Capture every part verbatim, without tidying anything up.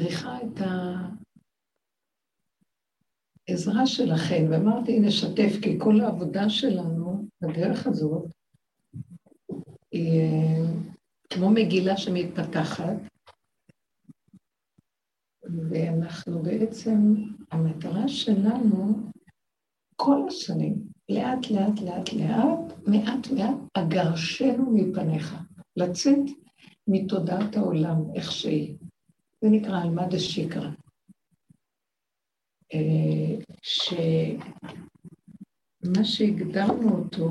צריכה את העזרה שלכם, ואמרתי, נשתף, כי כל העבודה שלנו בדרך הזאת היא כמו מגילה שמתפתחת, ואנחנו בעצם, המטרה שלנו, כל השנים, לאט לאט לאט לאט, מעט מעט, אגרשנו מפניך, לצאת מתודעת העולם, איך שהיא. זה נקרא אלמא דשיקרא. שמה שהגדרנו אותו,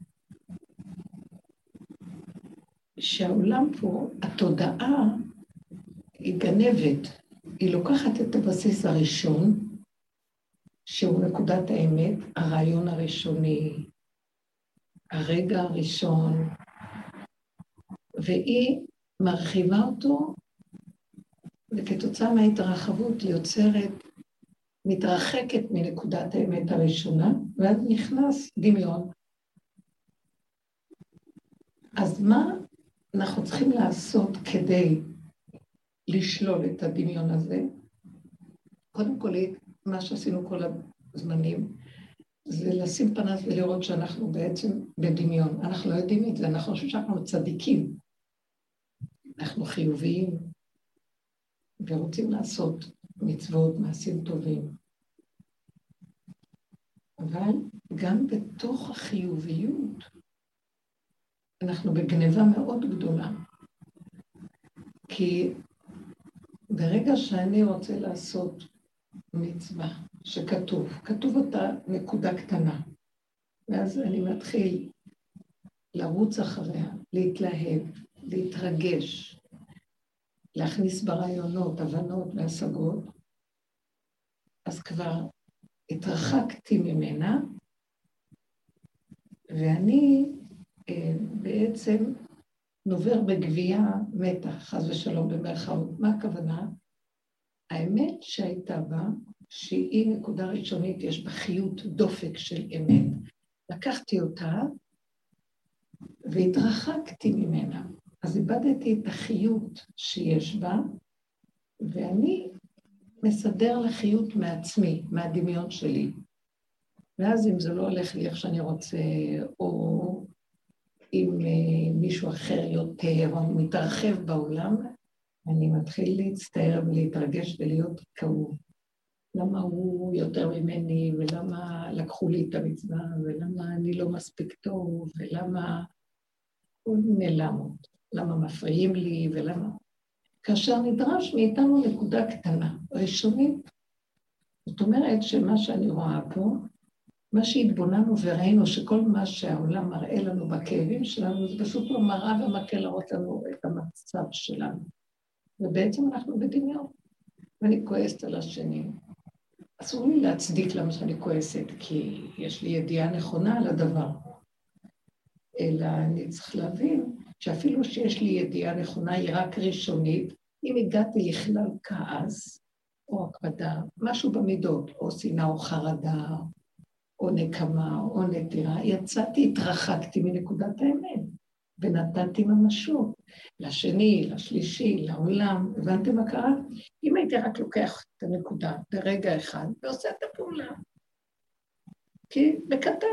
שהעולם פה, התודעה היא גנבת, היא לוקחת את הבסיס הראשון, שהוא נקודת האמת, הרעיון הראשוני, הרגע הראשון, והיא מרחיבה אותו, וכתוצאה מההתרחבות יוצרת, מתרחקת מנקודת האמת הראשונה, ואז נכנס דמיון. אז מה אנחנו צריכים לעשות כדי לשלול את הדמיון הזה? קודם כל, מה שעשינו כל הזמנים, זה לשים פנס ולראות שאנחנו בעצם בדמיון. אנחנו לא יודעים את זה, אנחנו חושבים שאנחנו צדיקים. אנחנו חיוביים, ורוצים לעשות מצוות, מעשים טובים. אבל גם בתוך החיוביות, אנחנו בגניבה מאוד גדולה. כי ברגע שאני רוצה לעשות מצווה שכתוב, כתוב אותה נקודה קטנה, ואז אני מתחיל לרוץ אחריה, להתלהב, להתרגש, להכניס ברעיונות, הבנות והשגות, אז כבר התרחקתי ממנה, ואני אה, בעצם נובר בגבייה מתח, חס ושלום במרכאות. מה הכוונה? האמת שהייתה בה, שהיא נקודה ראשונית, יש בה חיות דופק של אמת, לקחתי אותה והתרחקתי ממנה. אז איבדתי את החיות שיש בה, ואני מסדר לחיות מעצמי, מהדמיון שלי. ואז אם זה לא הולך לי איך שאני רוצה, או אם מישהו אחר יותר, או אני מתרחב בעולם, אני מתחיל להצטער ולהתרגש ולהיות כאוב. למה הוא יותר ממני, ולמה לקחו לי את המצווה, ולמה אני לא מספיק טוב, ולמה הוא נעלמות, למה מפריעים לי, ולמה... כאשר נדרש מאיתנו נקודה קטנה, ראשונית. זאת אומרת שמה שאני רואה פה, מה שהתבוננו וראינו שכל מה שהעולם מראה לנו בכאבים שלנו, זה פשוט לא מראה ומקל להראות לנו את המצב שלנו. ובעצם אנחנו בדמיון. ואני כועסת על השני. אסור לי להצדיק למה שאני כועסת, כי יש לי ידיעה נכונה על הדבר. אלא אני צריך להבין שאפילו שיש לי ידיעה נכונה, היא רק ראשונית, אם הגעתי לכלל כעס, או הקפדה, משהו במידות, או שנאה או חרדה, או נקמה, או נטירה, יצאתי, התרחקתי מנקודת האמת, ונתתי ממשות לשני, לשלישי, לעולם. הבנתם מה קרה? אם הייתי רק לוקח את הנקודה ברגע אחד, ועושה את הפעולה, כי בקטן,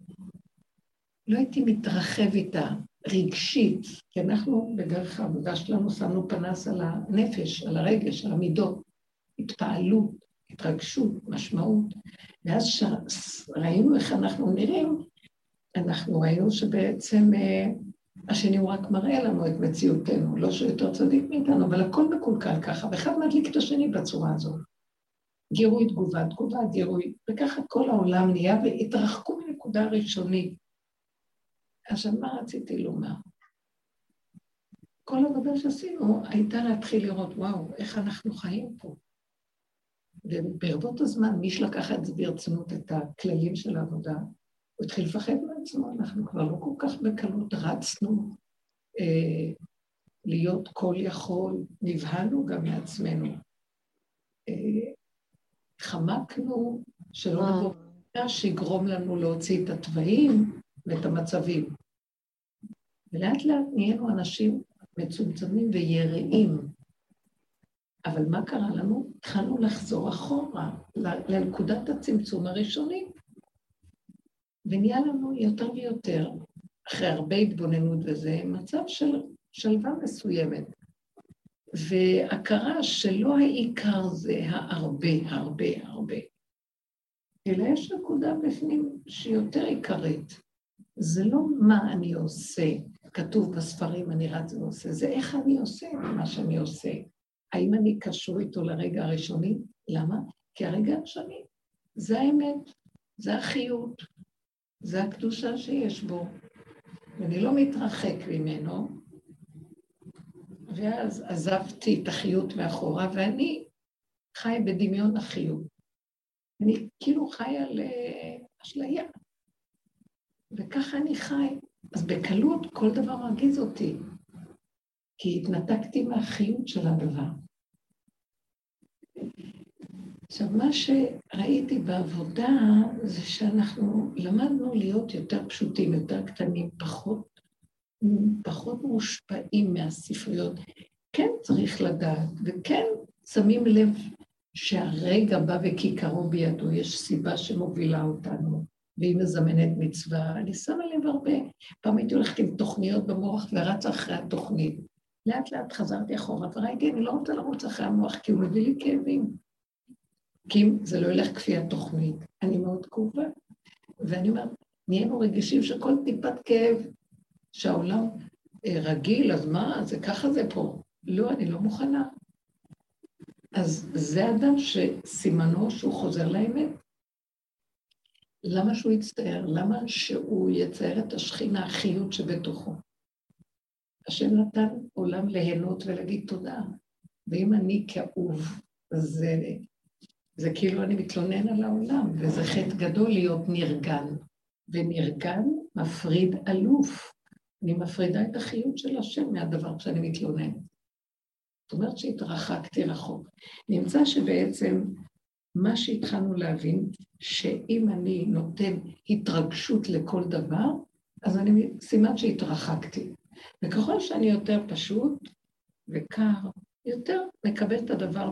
לא הייתי מתרחב איתה רגשית, כי אנחנו בדרך העבודה שלנו שמנו פנס על הנפש, על הרגש, על המידות, התפעלות, התרגשות, משמעות. ואז שראינו איך אנחנו נראים, אנחנו ראינו שבעצם השני הוא רק מראה לנו את מציאותנו, לא שיותר צדיק מאיתנו, אבל הכל מקולקל ככה, ואחד מדליק את השני בצורה הזאת. גירוי תגובה, תגובה, גירוי, וככה כל העולם נהיה, והתרחקו מנקודה ראשונית. אז מה רציתי לומר? כל עבודה שעשינו הייתה להתחיל לראות, וואו, איך אנחנו חיים פה. וברבות הזמן, מי שלקח את זה ברצינות, את הכללים של העבודה, הוא התחיל לפחד מעצמו, אנחנו כבר לא כל כך בקלות רצנו אה, להיות כל יכול, נבהלנו גם מעצמנו. אה, חמקנו שלא נבוא שיגרום לנו להוציא את הטבעים ואת המצבים. ולאט לאט נהיינו אנשים מצומצמים ויראים. אבל מה קרה לנו? התחלנו לחזור אחורה לנקודת הצמצום הראשוני, ונהיה לנו יותר ויותר, אחרי הרבה התבוננות וזה, מצב של שלווה מסוימת, והכרה שלא העיקר זה הרבה, הרבה, הרבה, אלא יש נקודה בפנים שהיא יותר עיקרית. זה לא מה אני עושה, כתוב בספרים אני רץ ועושה, זה איך אני עושה מה שאני עושה. האם אני קשור איתו לרגע הראשוני? למה? כי הרגע הראשוני זה האמת, זה החיות, זה הקדושה שיש בו, ואני לא מתרחק ממנו, ואז עזבתי את החיות מאחורה, ואני חי בדמיון החיות. אני כאילו חי על אשליה, וככה אני חי. אז בקלות כל דבר מרגיז אותי, כי התנתקתי מהחיות של הדבר. עכשיו, מה שראיתי בעבודה זה שאנחנו למדנו להיות יותר פשוטים, יותר קטנים, פחות, פחות מושפעים מהספריות. כן צריך לדעת, וכן שמים לב שהרגע בא וכיכרו בידו, יש סיבה שמובילה אותנו, והיא מזמנת מצווה. אני שמה לב הרבה, פעם הייתי הולכת עם תוכניות במוח ורצה אחרי התוכנית. לאט לאט חזרתי אחורה וראיתי, אני לא רוצה לרוץ אחרי המוח, כי הוא מביא לי כאבים. כי אם זה לא ילך כפי התוכנית, אני מאוד כאובה. ואני אומרת, נהיינו רגישים שכל טיפת כאב, שהעולם רגיל, אז מה, זה ככה זה פה. לא, אני לא מוכנה. אז זה אדם שסימנו שהוא חוזר לאמת. למה שהוא יצטער? למה שהוא יצייר את השכינה, החיות שבתוכו? השם נתן עולם ליהנות ולהגיד תודה. ואם אני כאוב, זה, זה כאילו אני מתלונן על העולם, וזה חטא גדול להיות נרגן. ונרגן מפריד אלוף. אני מפרידה את החיות של השם מהדבר כשאני מתלונן. זאת אומרת שהתרחקתי רחוק. נמצא שבעצם מה שהתחלנו להבין, שאם אני נותן התרגשות לכל דבר, אז אני סימן שהתרחקתי. וככל שאני יותר פשוט וקר, יותר מקבל את הדבר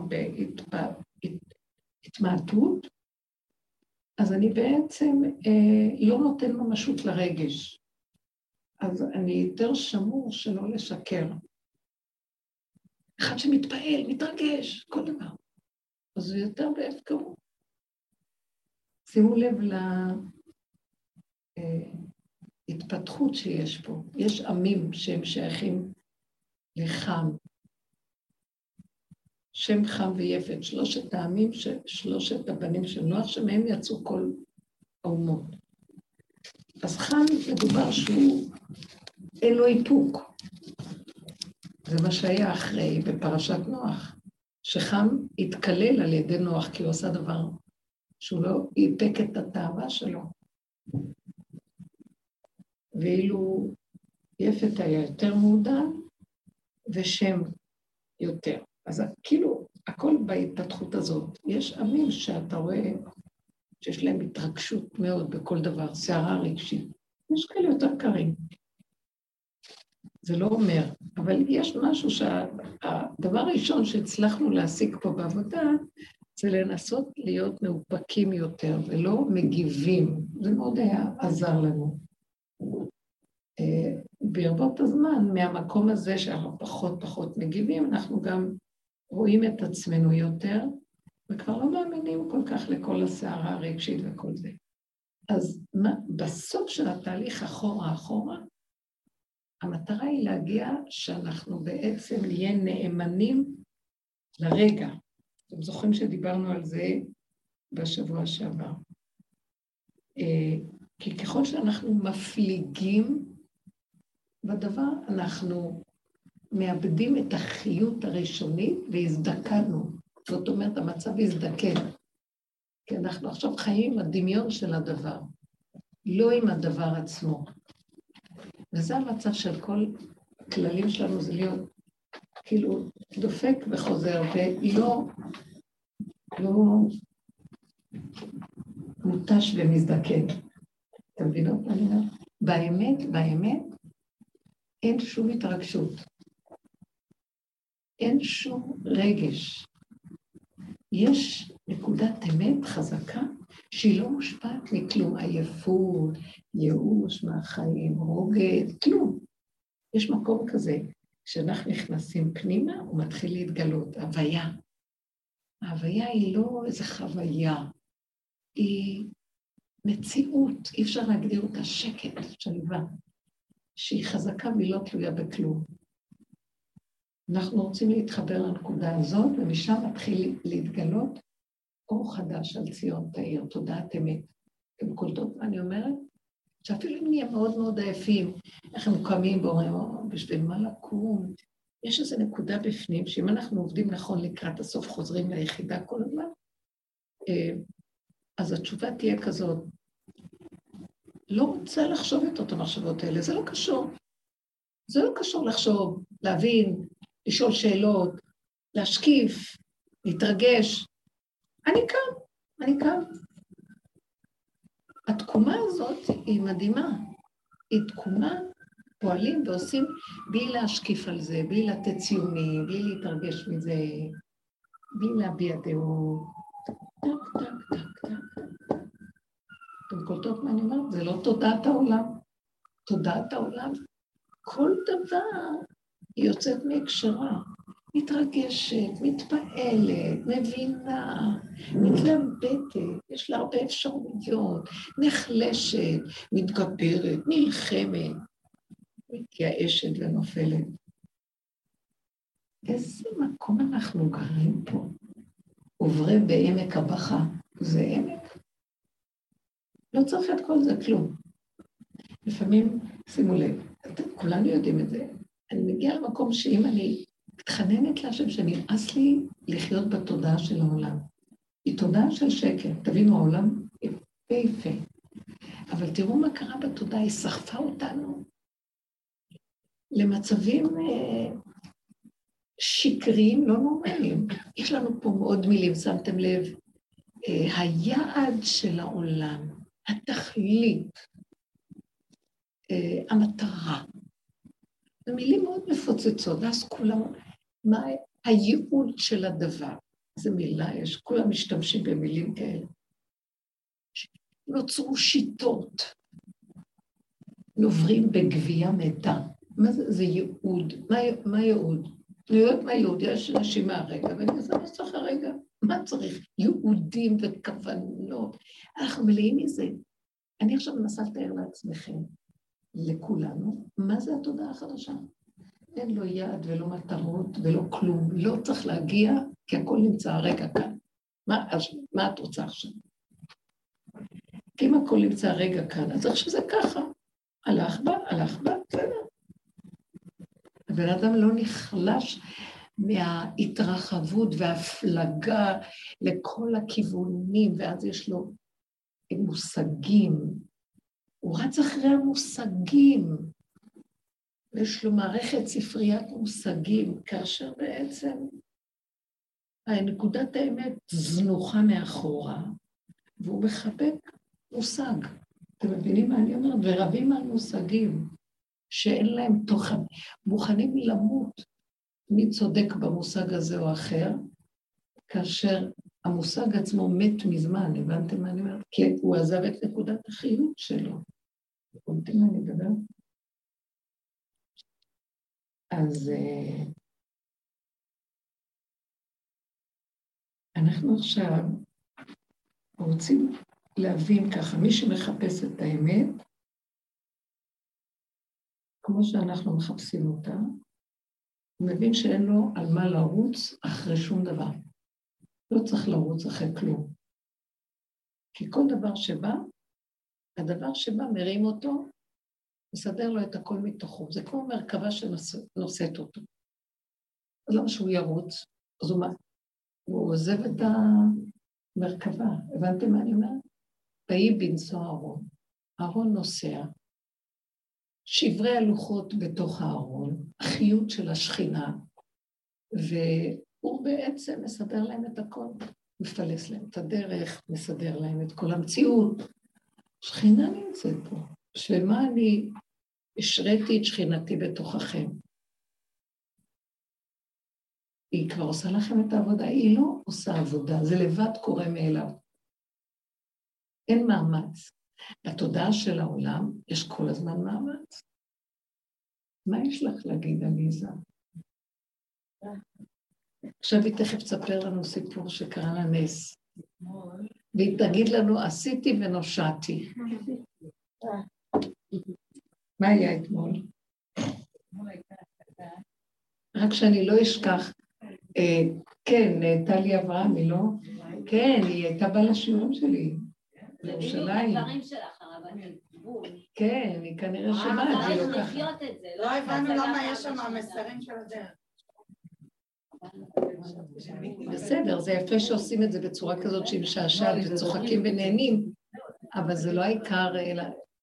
בהתמעטות, אז אני בעצם אה, לא נותן ממשות לרגש. אז אני יותר שמור שלא לשקר. אחד שמתפעל, מתרגש, כל דבר. אז זה יותר בהפקרות. שימו לב להתפתחות שיש פה. יש עמים שהם שייכים לחם. שם חם ויפת, שלושת העמים, שלושת הבנים של נוח, שמהם יצאו כל האומות. אז חם מדובר שהוא אין לו איפוק. זה מה שהיה אחרי בפרשת נוח, שחם התקלל על ידי נוח, כי הוא עשה דבר שהוא לא איפק את התאווה שלו. ואילו יפת היה יותר מודע, ושם יותר. אז כאילו, הכל בהתפתחות הזאת. יש עמים שאתה רואה שיש להם התרגשות מאוד בכל דבר, שערה רגשית. יש כאלה יותר קרים. זה לא אומר, אבל יש משהו שהדבר הראשון שהצלחנו להשיג פה בעבודה, זה לנסות להיות מאופקים יותר ולא מגיבים. זה מאוד היה עזר לנו. ברבות הזמן, מהמקום הזה שאנחנו פחות פחות מגיבים, אנחנו גם רואים את עצמנו יותר, וכבר לא מאמינים כל כך לכל השערה הרגשית וכל זה. אז מה, בסוף של התהליך אחורה אחורה, המטרה היא להגיע שאנחנו בעצם נהיה נאמנים לרגע. אתם זוכרים שדיברנו על זה בשבוע שעבר. כי ככל שאנחנו מפליגים בדבר, אנחנו מאבדים את החיות הראשונית והזדקנו. זאת אומרת, המצב הזדקן. כי אנחנו עכשיו חיים עם הדמיון של הדבר, לא עם הדבר עצמו. וזה המצב של כל הכללים שלנו, זה להיות כאילו דופק וחוזר, ולא לא מוטש ומזדקן. אתם מבינות מה אני אומרת? באמת, באמת, אין שום התרגשות. אין שום רגש. יש נקודת אמת חזקה שהיא לא מושפעת מכלום, עייפות, ייאוש מהחיים, רוגז, כלום. יש מקום כזה, כשאנחנו נכנסים פנימה, הוא מתחיל להתגלות, הוויה. ההוויה היא לא איזו חוויה, היא מציאות, אי אפשר להגדיר אותה שקט, שלווה, שהיא חזקה והיא לא תלויה בכלום. אנחנו רוצים להתחבר לנקודה הזאת, ומשם מתחיל להתגלות אור חדש על ציון תאיר, תודעת אמת. אתם קולטות מה אני אומרת? שאפילו אם נהיה מאוד מאוד עייפים, איך הם קמים ואומרים, בשביל מה לקום? יש איזו נקודה בפנים, שאם אנחנו עובדים נכון לקראת הסוף, חוזרים ליחידה כל הזמן, אז התשובה תהיה כזאת, לא רוצה לחשוב את אותו מחשבות האלה, זה לא קשור. זה לא קשור לחשוב, להבין, לשאול שאלות, להשקיף, להתרגש. אני כאן, אני כאן. התקומה הזאת היא מדהימה. היא תקומה, פועלים ועושים בלי להשקיף על זה, בלי לתת ציונים, בלי להתרגש מזה, בלי להביע דעות. טק, טק, טק, טק. אתם קולטות מה אני אומרת? זה לא תודעת העולם. תודעת העולם, כל דבר היא יוצאת מהקשרה. מתרגשת, מתפעלת, מבינה, מתלבטת, יש לה הרבה אפשרויות, נחלשת, מתגברת, נלחמת, מתייאשת ונופלת. איזה מקום אנחנו גרים פה? עוברי בעמק הבכה, זה עמק? לא צריך את כל זה, כלום. לפעמים, שימו לב, כולנו יודעים את זה, אני מגיעה למקום שאם אני מתחננת להשם שנמאס לי לחיות בתודעה של העולם. היא תודעה של שקר, תבינו, העולם יפה יפה. אבל תראו מה קרה בתודעה, היא סחפה אותנו למצבים אה, שקריים, לא נורמליים. יש לנו פה מאוד מילים, שמתם לב, אה, היעד של העולם, התכלית, אה, המטרה. זה מילים מאוד מפוצצות, ואז כולם, מה הייעוד של הדבר? איזה מילה יש, כולם משתמשים במילים כאלה. נוצרו שיטות, נוברים בגבייה מתה. מה זה, זה ייעוד? מה, מה ייעוד? אני יודעת מה ייעוד, יש אנשים מהרגע, ואני עושה מה צריך הרגע. מה צריך? ייעודים וכוונות. אנחנו מלאים מזה. אני עכשיו מנסה לתאר לעצמכם, לכולנו, מה זה התודעה החדשה? אין לו יעד ולא מטרות ולא כלום, לא צריך להגיע, כי הכל נמצא הרגע כאן. מה, מה את רוצה עכשיו? כי אם הכל נמצא הרגע כאן, אז עכשיו זה ככה. הלך בה, הלך בה, בסדר. הבן אדם לא נחלש מההתרחבות וההפלגה לכל הכיוונים, ואז יש לו מושגים. הוא רץ אחרי המושגים. יש לו מערכת ספריית מושגים, כאשר בעצם הנקודת האמת זנוחה מאחורה, והוא מחבק מושג. אתם מבינים מה אני אומרת? ורבים על מושגים שאין להם תוכן, מוכנים למות מי צודק במושג הזה או אחר, כאשר המושג עצמו מת מזמן, הבנתם מה אני אומרת? כי הוא עזב את נקודת החיות שלו. הבנתם מה אני מדבר? אז אנחנו עכשיו רוצים להבין ככה, מי שמחפש את האמת, כמו שאנחנו מחפשים אותה, הוא מבין שאין לו על מה לרוץ אחרי שום דבר. לא צריך לרוץ אחרי כלום. כי כל דבר שבא, הדבר שבא מרים אותו, מסדר לו את הכל מתוכו. זה כמו מרכבה שנושאת אותו. אז למה שהוא ירוץ? אז הוא, הוא עוזב את המרכבה. הבנתם מה אני אומרת? ויהי בנשוא אהרון. אהרון נוסע. שברי הלוחות בתוך הארון, החיות של השכינה, והוא בעצם מסדר להם את הכל, מפלס להם את הדרך, מסדר להם את כל המציאות. שכינה נמצאת פה, שמה אני השריתי את שכינתי בתוככם. היא כבר עושה לכם את העבודה, היא לא עושה עבודה, זה לבד קורה מאליו. אין מאמץ. בתודעה של העולם יש כל הזמן מאמץ. מה יש לך להגיד, עליזה? עכשיו היא תכף תספר לנו סיפור שקרה לה נס. והיא תגיד לנו, עשיתי ונושעתי. מה היה אתמול? רק שאני לא אשכח. כן, טלי אברהמי, לא? כן, היא הייתה באה לשיעורים שלי. בירושלים. הדברים שלך, הרבנית. כן, היא כנראה שמעת, היא לוקחת. לא הבנו למה יש שם המסרים של הדרך. בסדר, זה יפה שעושים את זה בצורה כזאת שהיא משעשעת וצוחקים ונהנים, אבל זה לא העיקר, אלא...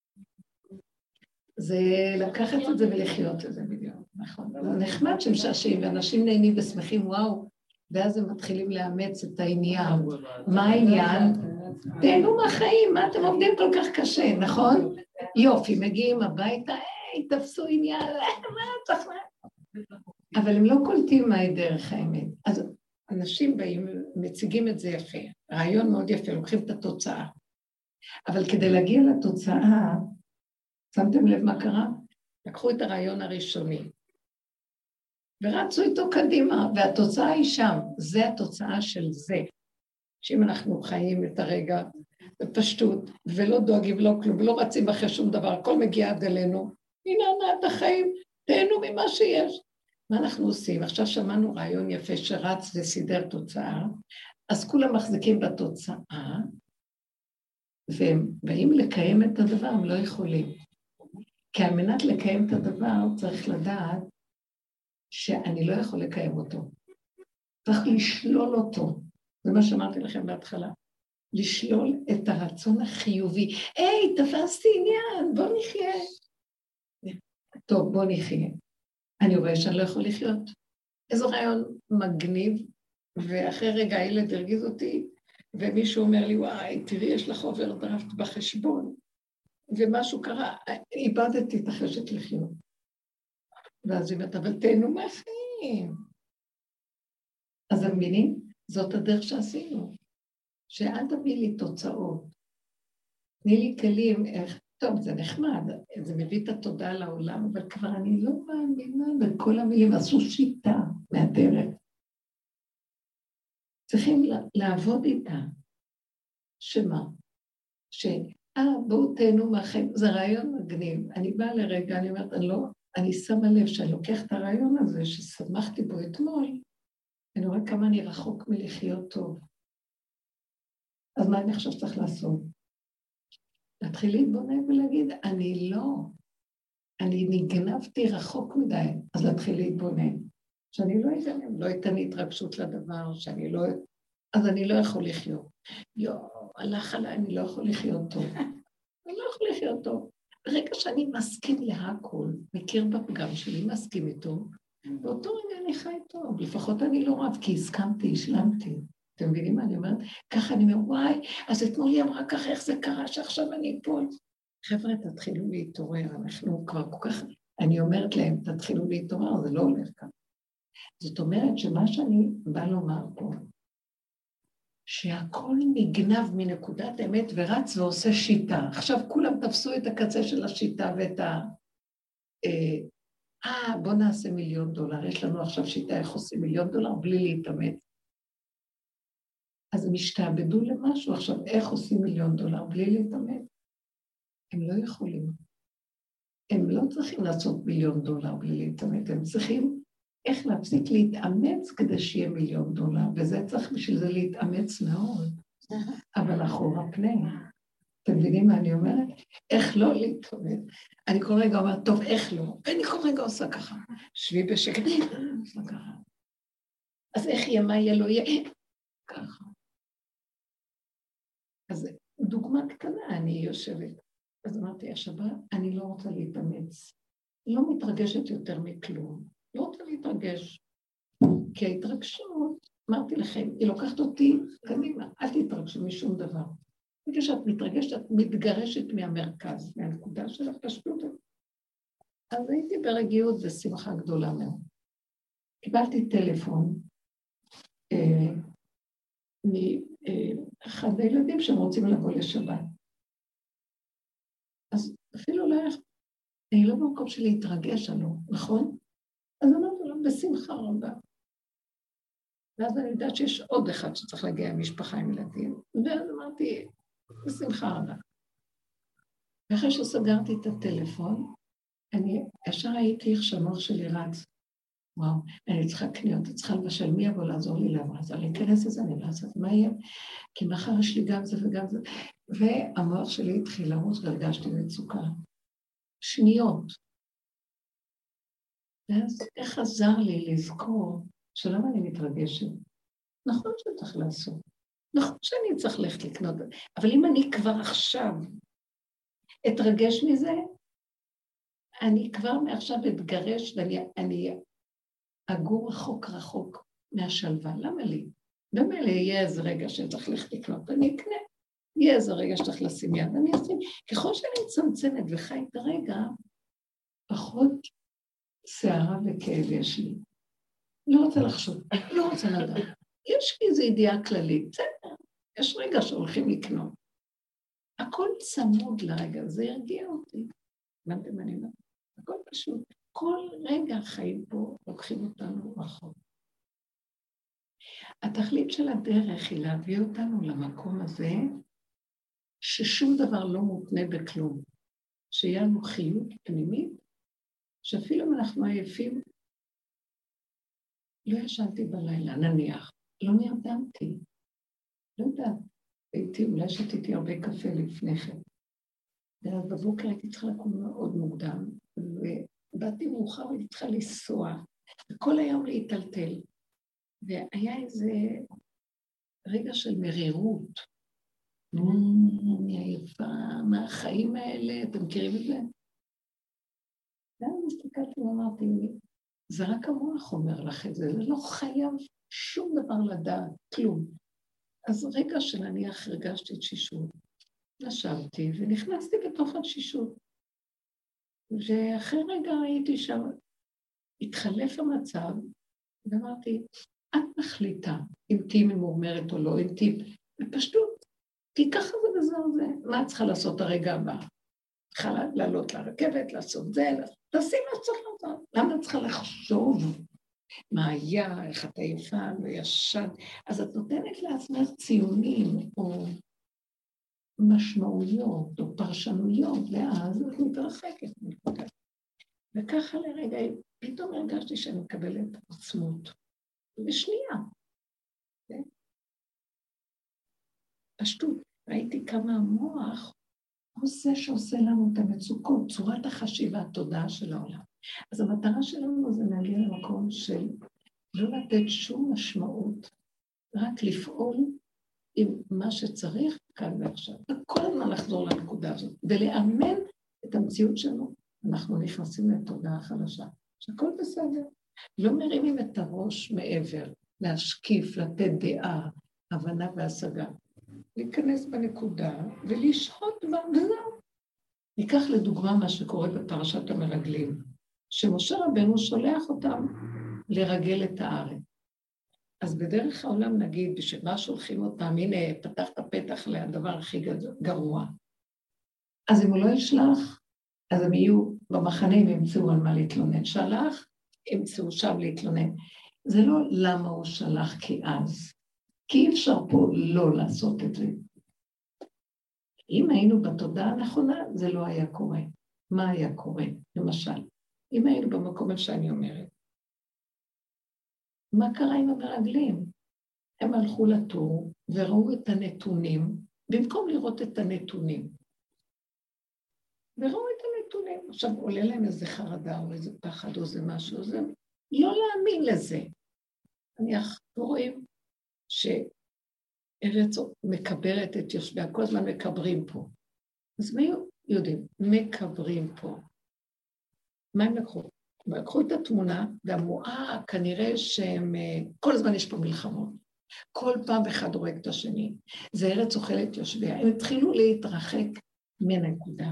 זה לקחת את זה ולחיות את זה בדיוק, נכון. זה נחמד שמשעשעים, ואנשים נהנים ושמחים, וואו, ואז הם מתחילים לאמץ את העניין. מה העניין? תהנו מהחיים, מה אתם עובדים כל כך קשה, נכון? יופי, מגיעים הביתה, היי, תפסו עניין, מה צריך מה? אבל הם לא קולטים מהי דרך האמת. אז אנשים באים, מציגים את זה יפה, רעיון מאוד יפה, לוקחים את התוצאה. אבל כדי להגיע לתוצאה, שמתם לב מה קרה? לקחו את הרעיון הראשוני, ורצו איתו קדימה, והתוצאה היא שם, זה התוצאה של זה. שאם אנחנו חיים את הרגע בפשטות, ולא דואגים, לא כלום, ולא רצים אחרי שום דבר, הכל מגיע עד אלינו, הנה ענת החיים, תהנו ממה שיש. מה אנחנו עושים? עכשיו שמענו רעיון יפה שרץ וסידר תוצאה, אז כולם מחזיקים בתוצאה, והם באים לקיים את הדבר, הם לא יכולים. כי על מנת לקיים את הדבר, צריך לדעת שאני לא יכול לקיים אותו. צריך לשלול אותו. זה מה שאמרתי לכם בהתחלה. לשלול את הרצון החיובי. היי, תפסתי עניין, בוא נחיה. טוב, בוא נחיה. אני רואה שאני לא יכול לחיות. איזה רעיון מגניב, ואחרי רגע הילד הרגיז אותי, ומישהו אומר לי, וואי, תראי, יש לך אוברדרפט בחשבון. ומשהו קרה, איבדתי את החשת לחיות. ואז היא אומרת, אבל תהנו מהחיים. אז הם מבינים, זאת הדרך שעשינו. שאל תביא לי תוצאות. תני לי כלים, איך, טוב, זה נחמד, זה מביא את התודעה לעולם, אבל כבר אני לא מאמינה בכל המילים, עשו שיטה מהדרך. צריכים לעבוד איתה. שמה? ש... אה, בואו תהנו מהחיים, זה רעיון מגניב. אני באה לרגע, אני אומרת, אני לא, אני שמה לב שאני לוקח את הרעיון הזה, ששמחתי בו אתמול, אני רואה כמה אני רחוק מלחיות טוב. אז מה אני עכשיו צריך לעשות? להתחיל להתבונן ולהגיד, אני לא, אני נגנבתי רחוק מדי, אז להתחיל להתבונן. שאני לא אגנב, לא אתן התרגשות לדבר, שאני לא, אז אני לא יכול לחיות. יואו, הלך עליי, אני לא יכול לחיות טוב. אני לא יכול לחיות טוב. ברגע שאני מסכים להכל, מכיר בפגם שלי, מסכים איתו, באותו רגע אני חי טוב, לפחות אני לא רב, כי הסכמתי, השלמתי. אתם מבינים מה אני אומרת? ככה אני אומר, וואי, אז אתמול היא אמרה ככה, איך זה קרה שעכשיו אני אפול? חבר'ה, תתחילו להתעורר, אנחנו כבר כל כך, אני אומרת להם, תתחילו להתעורר, זה לא הולך כאן. זאת אומרת שמה שאני באה לומר פה, שהכל נגנב מנקודת אמת ורץ ועושה שיטה. עכשיו כולם תפסו את הקצה של השיטה ואת ה... אה, בוא נעשה מיליון דולר, יש לנו עכשיו שיטה איך עושים מיליון דולר בלי להתאמץ. אז הם השתעבדו למשהו, עכשיו איך עושים מיליון דולר בלי להתאמץ? הם לא יכולים. הם לא צריכים לעשות מיליון דולר בלי להתאמץ, הם צריכים איך להפסיק להתאמץ כדי שיהיה מיליון דולר, וזה צריך בשביל זה להתאמץ מאוד, אבל אחורה פני. אתם מבינים מה אני אומרת? איך לא להתאמץ? אני כל רגע אומרת, טוב, איך לא? ואני כל רגע עושה ככה, שבי בשקט, עושה ככה. אז איך יהיה, מה יהיה, לא יהיה? ככה. אז דוגמה קטנה, אני יושבת. אז אמרתי, השבת, אני לא רוצה להתאמץ. לא מתרגשת יותר מכלום. לא רוצה להתרגש. כי ההתרגשות, אמרתי לכם, היא לוקחת אותי קדימה, אל תתרגשו משום דבר. כשאת מתרגשת, את מתגרשת מהמרכז, מהנקודה של הפשטות. אז הייתי ברגיעות ושמחה גדולה מאוד. קיבלתי טלפון מאחד הילדים שהם רוצים לבוא לשבת. אז אפילו לא, אני לא במקום שלי להתרגש עלו, נכון? אז אמרתי לו, בשמחה רבה. ואז אני יודעת שיש עוד אחד שצריך להגיע עם משפחה עם ילדים, ואז אמרתי, בשמחה רבה. ואחרי שסגרתי את הטלפון, אני ישר הייתי איך שהמוח שלי רץ. וואו, אני צריכה קניות, אני צריכה לבשל, מי יבוא לעזור לי לעבור? אז אני אכנס לזה, אני לא אעשה, מה יהיה? כי מחר יש לי גם זה וגם זה. והמוח שלי התחיל לרוץ והרגשתי מצוקה. שניות. ואז איך עזר לי לזכור שלמה אני מתרגשת? נכון שצריך לעשות. נכון שאני צריך ללכת לקנות. אבל אם אני כבר עכשיו אתרגש מזה, אני כבר מעכשיו אתגרש ואני אני אגור רחוק רחוק מהשלווה. למה לי? במילא יהיה איזה רגע שצריך ללכת לקנות, אני אקנה. יהיה איזה רגע שצריך לשים יד, אני אשים. ככל שאני מצמצמת וחי את הרגע, פחות שערה וכאב יש לי. לא רוצה לחשוב, לא רוצה לדעת. יש לי איזו ידיעה כללית, בסדר. יש רגע שהולכים לקנות. הכל צמוד לרגע, זה הרגיע אותי. הבנתם מה אני אומרת? הכל פשוט. כל רגע החיים פה לוקחים אותנו רחוק. התכלית של הדרך היא להביא אותנו למקום הזה, ששום דבר לא מותנה בכלום. שיהיה לנו חיות פנימית, שאפילו אם אנחנו עייפים, לא ישנתי בלילה, נניח, לא נרדמתי. לא יודעת, הייתי, אולי שתיתי הרבה קפה לפני כן. ואז בבוקר הייתי צריכה לקום מאוד מוקדם, ובאתי מאוחר והייתי צריכה לנסוע, וכל היום להיטלטל. והיה איזה רגע של מרירות. אני עייפה מהחיים האלה, אתם מכירים את זה? ואז הסתכלתי ואמרתי, זה רק המוח אומר לך את זה, זה לא חייב שום דבר לדעת, כלום. אז רגע שנניח הרגשתי תשישות, נשבתי ונכנסתי בתוך התשישות. ואחרי רגע הייתי שם, התחלף המצב, ואמרתי, את מחליטה אם תהי ממורמרת או לא, אם תהי בפשטות, כי ככה זה וזהו זה. מה את צריכה לעשות הרגע הבא? צריכה לעלות לרכבת, לעשות זה, תעשי מה שצריך לעשות. למה את צריכה לחשוב מה היה, איך את עייפה, לא ישן? אז את נותנת לעצמך ציונים או משמעויות או פרשנויות, ואז את מתרחקת. וככה לרגע, פתאום הרגשתי שאני מקבלת עוצמות. בשנייה. פשטות, ראיתי כמה המוח הוא זה שעושה לנו את המצוקות, צורת החשיבה, התודעה של העולם. אז המטרה שלנו זה להגיע למקום של לא לתת שום משמעות, רק לפעול עם מה שצריך כאן ועכשיו. וכל הזמן לחזור לנקודה הזאת, ולאמן את המציאות שלנו, אנחנו נכנסים לתודעה חדשה, שהכל בסדר. לא מרימים את הראש מעבר, להשקיף, לתת דעה, הבנה והשגה. להיכנס בנקודה ולשהות בה, וזהו. ניקח לדוגמה מה שקורה בפרשת המרגלים, שמשה רבנו שולח אותם לרגל את הארץ. אז בדרך העולם נגיד, בשמה שולחים אותם, הנה, פתח את הפתח לדבר הכי גרוע. אז אם הוא לא ישלח, אז הם יהיו במחנה, הם ימצאו על מה להתלונן. שלח, ימצאו שם להתלונן. זה לא למה הוא שלח כי אז. כי אי אפשר פה לא לעשות את זה. אם היינו בתודעה הנכונה, זה לא היה קורה. מה היה קורה? למשל, אם היינו במקום שאני אומרת, מה קרה עם המרגלים? הם הלכו לטור וראו את הנתונים, במקום לראות את הנתונים. וראו את הנתונים. עכשיו עולה להם איזה חרדה או איזה פחד או איזה משהו, זה לא להאמין לזה. אנחנו רואים שארץ מקברת את יושביה, כל הזמן מקברים פה. אז מי יודעים? מקברים פה. מה הם לקחו? הם לקחו את התמונה ואמרו, אה, כנראה שהם, כל הזמן יש פה מלחמות. כל פעם אחד הורג את השני. זה ארץ אוכלת יושביה. הם התחילו להתרחק מנקודה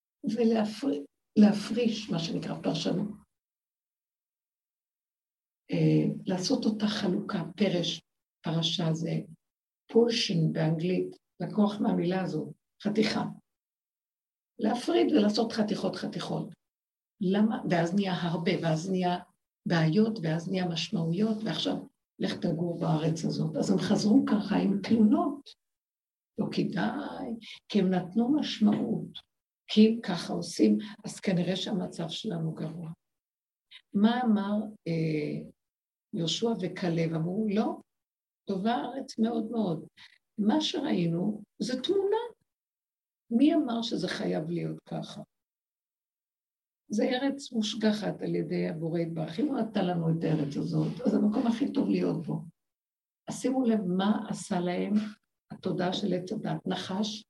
ולהפריש, מה שנקרא פרשנות. אה, לעשות אותה חלוקה, פרש, פרשה זה פורשן באנגלית, לקוח מהמילה הזו, חתיכה. להפריד ולעשות חתיכות חתיכות. למה? ואז נהיה הרבה, ואז נהיה בעיות, ואז נהיה משמעויות, ועכשיו לך תגור בארץ הזאת. אז הם חזרו ככה עם תלונות. לא כדאי, כי הם נתנו משמעות. כי אם ככה עושים, אז כנראה שהמצב שלנו גרוע. מה אמר אה, יהושע וכלב? אמרו, לא, טובה הארץ מאוד מאוד. מה שראינו זה תמונה. מי אמר שזה חייב להיות ככה? זה ארץ מושגחת על ידי הבורא יתברך. אם הוא נתן לנו את הארץ הזאת, אז זה המקום הכי טוב להיות בו. אז שימו לב מה עשה להם התודעה של עץ הדת, נחש,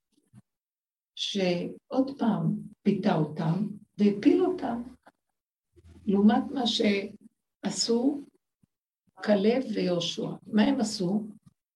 שעוד פעם פיתה אותם והפיל אותם, לעומת מה שעשו כלב ויהושע. מה הם עשו?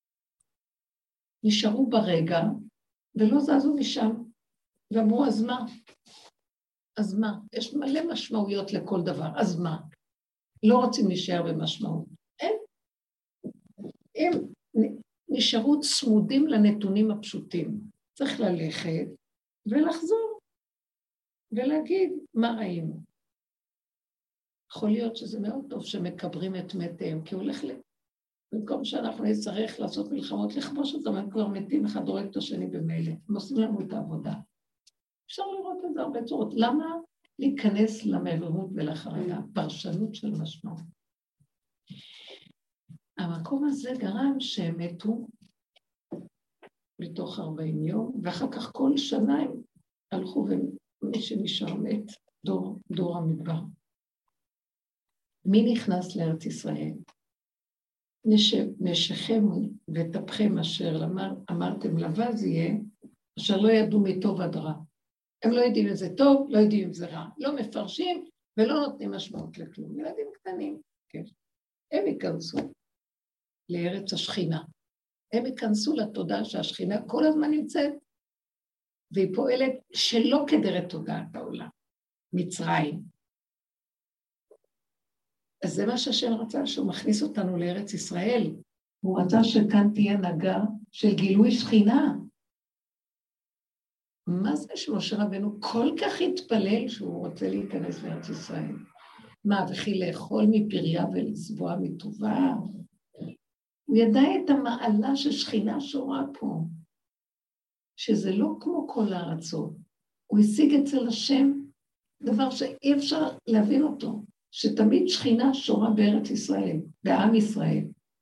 נשארו ברגע ולא זזו משם, ואמרו, אז מה? אז מה? יש מלא משמעויות לכל דבר, אז מה? לא רוצים להישאר במשמעות. אין. הם נשארו צמודים לנתונים הפשוטים. צריך ללכת ולחזור, ולהגיד מה ראינו. יכול להיות שזה מאוד טוב שמקברים את מתיהם, כי הוא הולך ל... במקום שאנחנו נצטרך לעשות מלחמות, לכבוש אותם, הם כבר מתים אחד הורג את השני במילא. הם עושים לנו את העבודה. אפשר לראות את זה הרבה צורות. למה להיכנס למרירות ולחרדה? פרשנות של משמעות. המקום הזה גרם שהם מתו בתוך ארבעים יום, ואחר כך כל שנה הם הלכו ומי שנשאר מת, דור, דור המדבר. מי נכנס לארץ ישראל? נשכם וטפכם אשר אמר, אמרתם לבז יהיה, אשר לא ידעו מטוב עד רע. הם לא יודעים אם זה טוב, לא יודעים אם זה רע. לא מפרשים ולא נותנים משמעות לכלום. ילדים קטנים, כן. הם ייכנסו לארץ השכינה. הם ייכנסו לתודעה שהשכינה כל הזמן נמצאת, והיא פועלת שלא כדרך תודעת העולם. מצרים. אז זה מה שהשם רצה, שהוא מכניס אותנו לארץ ישראל. הוא רצה שכאן תהיה נגע של גילוי שכינה. מה זה שמשה רבנו כל כך התפלל שהוא רוצה להיכנס לארץ ישראל? מה, וכי לאכול מפריה ולסבוע מטובה? הוא ידע את המעלה של שכינה שורה פה, שזה לא כמו כל הארצות. הוא השיג אצל השם דבר שאי אפשר להבין אותו, שתמיד שכינה שורה בארץ ישראל, בעם ישראל.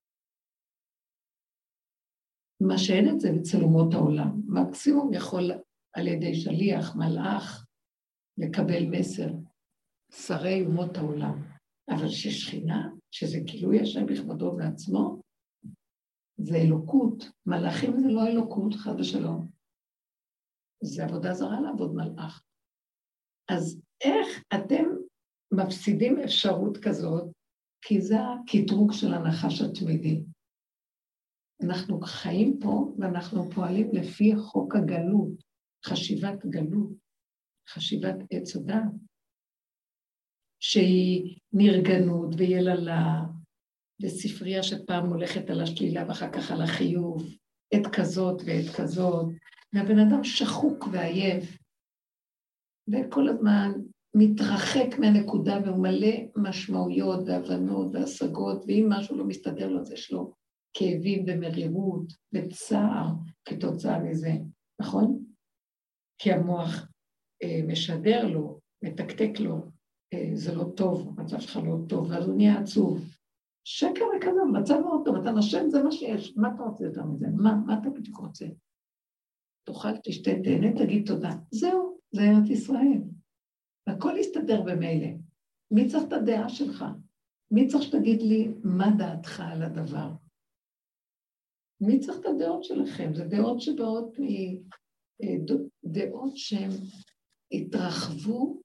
מה שאין את זה אצל אומות העולם, מקסימום יכול על ידי שליח, מלאך, לקבל מסר, שרי אומות העולם. אבל ששכינה, שזה גילוי השם בכבודו בעצמו, זה אלוקות. מלאכים זה לא אלוקות, חד ושלום. זה עבודה זרה לעבוד מלאך. אז איך אתם מפסידים אפשרות כזאת, כי זה הקטרוג של הנחש התמידי. אנחנו חיים פה ואנחנו פועלים לפי חוק הגלות, חשיבת גלות, חשיבת עץ הדת, שהיא נרגנות ויללה, וספרייה שפעם הולכת על השלילה ואחר כך על החיוב, עת כזאת ועת כזאת, והבן אדם שחוק ועייף, וכל הזמן מתרחק מהנקודה והוא מלא משמעויות והבנות והשגות, ואם משהו לא מסתדר לו, אז יש לו כאבים ומרירות וצער כתוצאה מזה, נכון? כי המוח אה, משדר לו, מתקתק לו, אה, זה לא טוב, המצב שלך לא טוב, ואז הוא נהיה עצוב. שקר וכזה, מצב מאוד טוב, אתה נושם, זה מה שיש, מה אתה רוצה יותר מזה? מה, מה אתה בדיוק רוצה? תאכל, תשתה, תהנה, תגיד תודה. זהו, זה ארץ ישראל. והכל יסתדר במילא. מי צריך את הדעה שלך? מי צריך שתגיד לי מה דעתך על הדבר? מי צריך את הדעות שלכם? זה דעות שבאות מדעות שהן התרחבו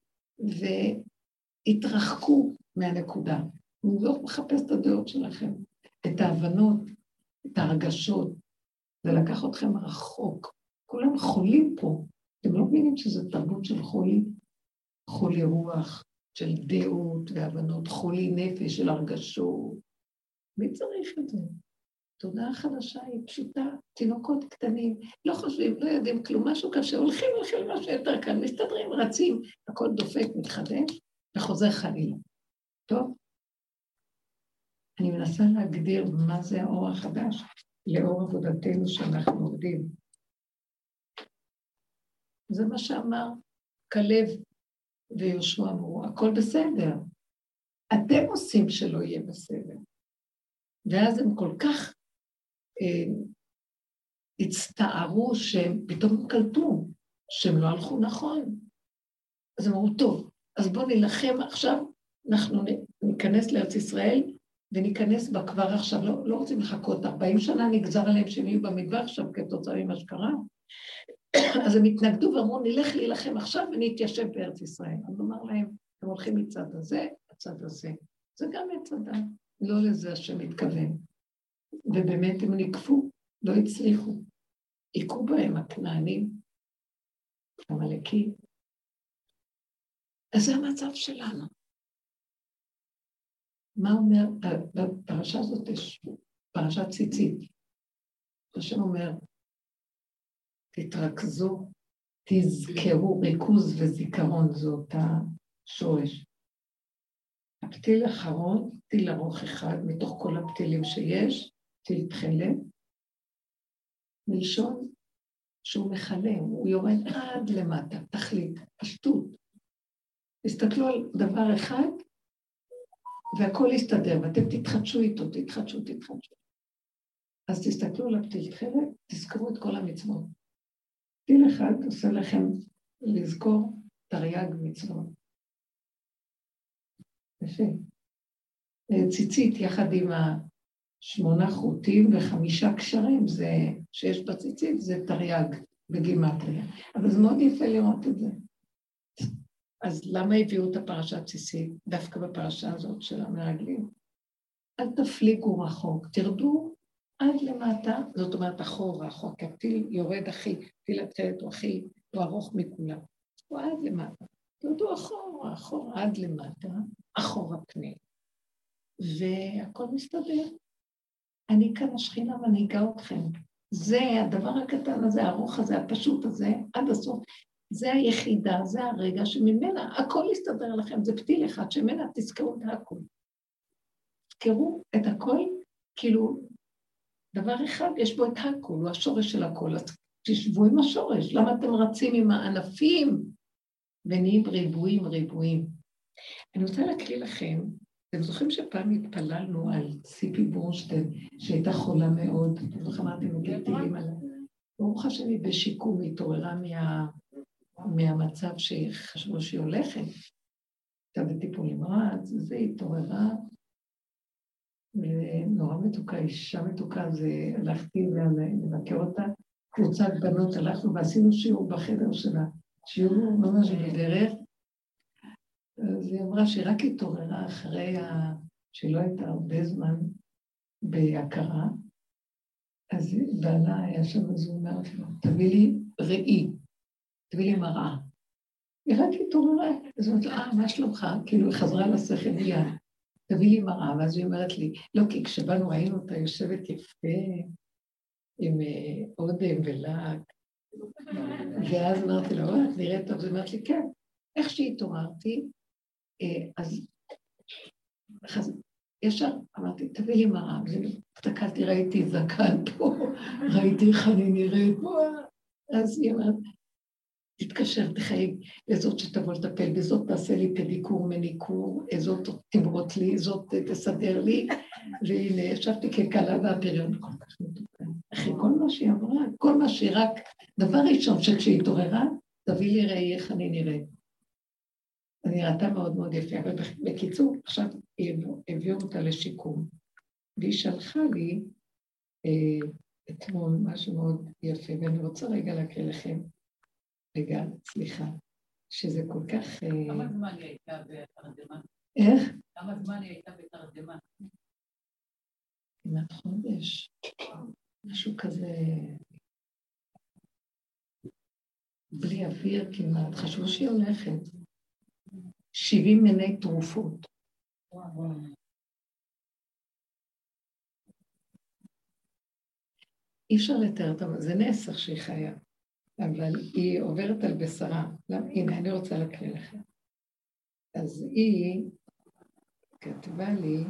והתרחקו מהנקודה. אני לא מחפש את הדעות שלכם, את ההבנות, את הרגשות, זה לקח אתכם רחוק. כולם חולים פה. אתם לא מבינים שזו תרבות של חולי? חולי רוח, של דעות והבנות, חולי נפש של הרגשות. מי צריך את זה? תודעה חדשה היא פשוטה, תינוקות קטנים, לא חושבים, לא יודעים כלום, משהו קשה, הולכים, הולכים למשהו יותר כאן, מסתדרים, רצים, הכל דופק, מתחדש, וחוזר חלילה. טוב? אני מנסה להגדיר מה זה האור החדש, לאור עבודתנו שאנחנו עובדים. זה מה שאמר כלב ויהושע אמרו, הכל בסדר. אתם עושים שלא יהיה בסדר. ואז הם כל כך אה, הצטערו שהם פתאום קלטו, שהם לא הלכו נכון. אז הם אמרו, טוב, אז בואו נלחם עכשיו, אנחנו ניכנס לארץ ישראל, וניכנס בה כבר עכשיו, לא, לא רוצים לחכות, ארבעים שנה נגזר עליהם שהם יהיו במדבר עכשיו כתוצאה ממה שקרה. אז הם התנגדו ואמרו, נלך להילחם עכשיו ונתיישב בארץ ישראל. אז אמר להם, הם הולכים מצד הזה, הצד הזה. זה גם מצדה, לא לזה השם מתכוון. ובאמת הם נקפו, לא הצליחו. עיקו בהם הכנענים, המלאקים. אז זה המצב שלנו. מה אומר, בפרשה הזאת יש פרשת ציצית. השם אומר, תתרכזו, תזכרו, ריכוז וזיכרון, זאת השורש. הפתיל האחרון, פתיל ארוך אחד, מתוך כל הפתילים שיש, פתיל תכלת, מלשון שהוא מחלם, הוא יורד עד למטה, תכלית, פשטות. תסתכלו על דבר אחד, והכל יסתדר, ואתם תתחדשו איתו, תתחדשו, תתחדשו. אז תסתכלו על הפתיל תכלת, תזכרו את כל המצוות. פתיל אחד עושה לכם לזכור תרי"ג מצוות. יפה. ציצית יחד עם השמונה חוטים וחמישה קשרים, זה שיש בציצית, זה תרי"ג בגימטריה. אבל זה מאוד יפה לראות את זה. אז למה הביאו את הפרשת ציצית? דווקא בפרשה הזאת של המרגלים. אל תפליגו רחוק, תרדו עד למטה, זאת אומרת אחורה, אחורה, כי הפתיל יורד הכי, פתיל התכלת הוא הכי, הוא ארוך מכולם. הוא עד למטה. תרדו אחורה, אחורה, עד למטה, אחורה פנים. והכל מסתדר. אני כאן השכינה מנהיגה אתכם. זה הדבר הקטן הזה, הארוך הזה, הפשוט הזה, עד הסוף. זה היחידה, זה הרגע שממנה הכל יסתדר לכם, זה פתיל אחד, שממנה תזכרו את הכל. תזכרו את הכל, כאילו, דבר אחד, יש בו את הכל, הוא השורש של הכל, אז תשבו עם השורש, למה אתם רצים עם הענפים ונהיים ריבועים ריבועים? אני רוצה להקריא לכם, אתם זוכרים שפעם התפללנו על ציפי בורשטיין, שהייתה חולה מאוד, אתם זוכרים אמרתי מגלטילים עליה, ברוך השם היא בשיקום, היא התעוררה מה... מהמצב שחשבו שהיא הולכת, הייתה בטיפול נמרץ, זה התעוררה, ונורא מתוקה, אישה מתוקה, אז הלכתי לבקר אותה, קבוצת בנות, הלכנו ועשינו שיעור בחדר שלה, שיעור ממש בדרך, אז היא אמרה שהיא רק התעוררה אחרי ה... שהיא לא הייתה הרבה זמן בהכרה, אז בעלה היה שם, אז הוא אומר, תביא לי ראי, תביא לי מראה. היא רק התעוררה, אז היא אומרת לה, אה, מה שלומך? כאילו היא חזרה לשכל מיד, תביא לי מראה, ואז היא אומרת לי, לא, כי כשבאנו ראינו אותה יושבת יפה, עם אודם ולק, ואז אמרתי לה, את נראית טוב, אז היא אומרת לי, כן, איך שהתעוררתי, אז ישר אמרתי, תביא לי מראה, הסתכלתי, ראיתי זקן פה, ראיתי איך אני נראית פה, אז היא אומרת, תתקשר, תחייג לזאת שתבוא לטפל, בזאת תעשה לי פדיקור, מניקור, זאת תמרות לי, זאת תסדר לי, והנה, ישבתי כקלה והפריון, כל כך מתוקן. אחרי כל מה שהיא אמרה, כל מה שהיא רק, דבר ראשון שכשהיא התעוררה, תביא לי ראי איך אני נראית. אני נראתה מאוד מאוד יפה, אבל בקיצור, עכשיו הביאו אותה לשיקום, והיא שלחה לי אה, אתמול משהו מאוד יפה, ואני רוצה רגע להקריא לכם, רגע, סליחה, שזה כל כך... כמה זמן היא הייתה בתרדמה? איך? כמה זמן היא הייתה בתרדמה? כמעט חודש, משהו כזה... בלי אוויר כמעט, חשבו שהיא הולכת. שבעים מיני תרופות. אי אפשר לתאר אותה, זה נסח שהיא חיה, אבל היא עוברת על בשרה. הנה, אני רוצה להקריא לכם. אז היא כתבה לי,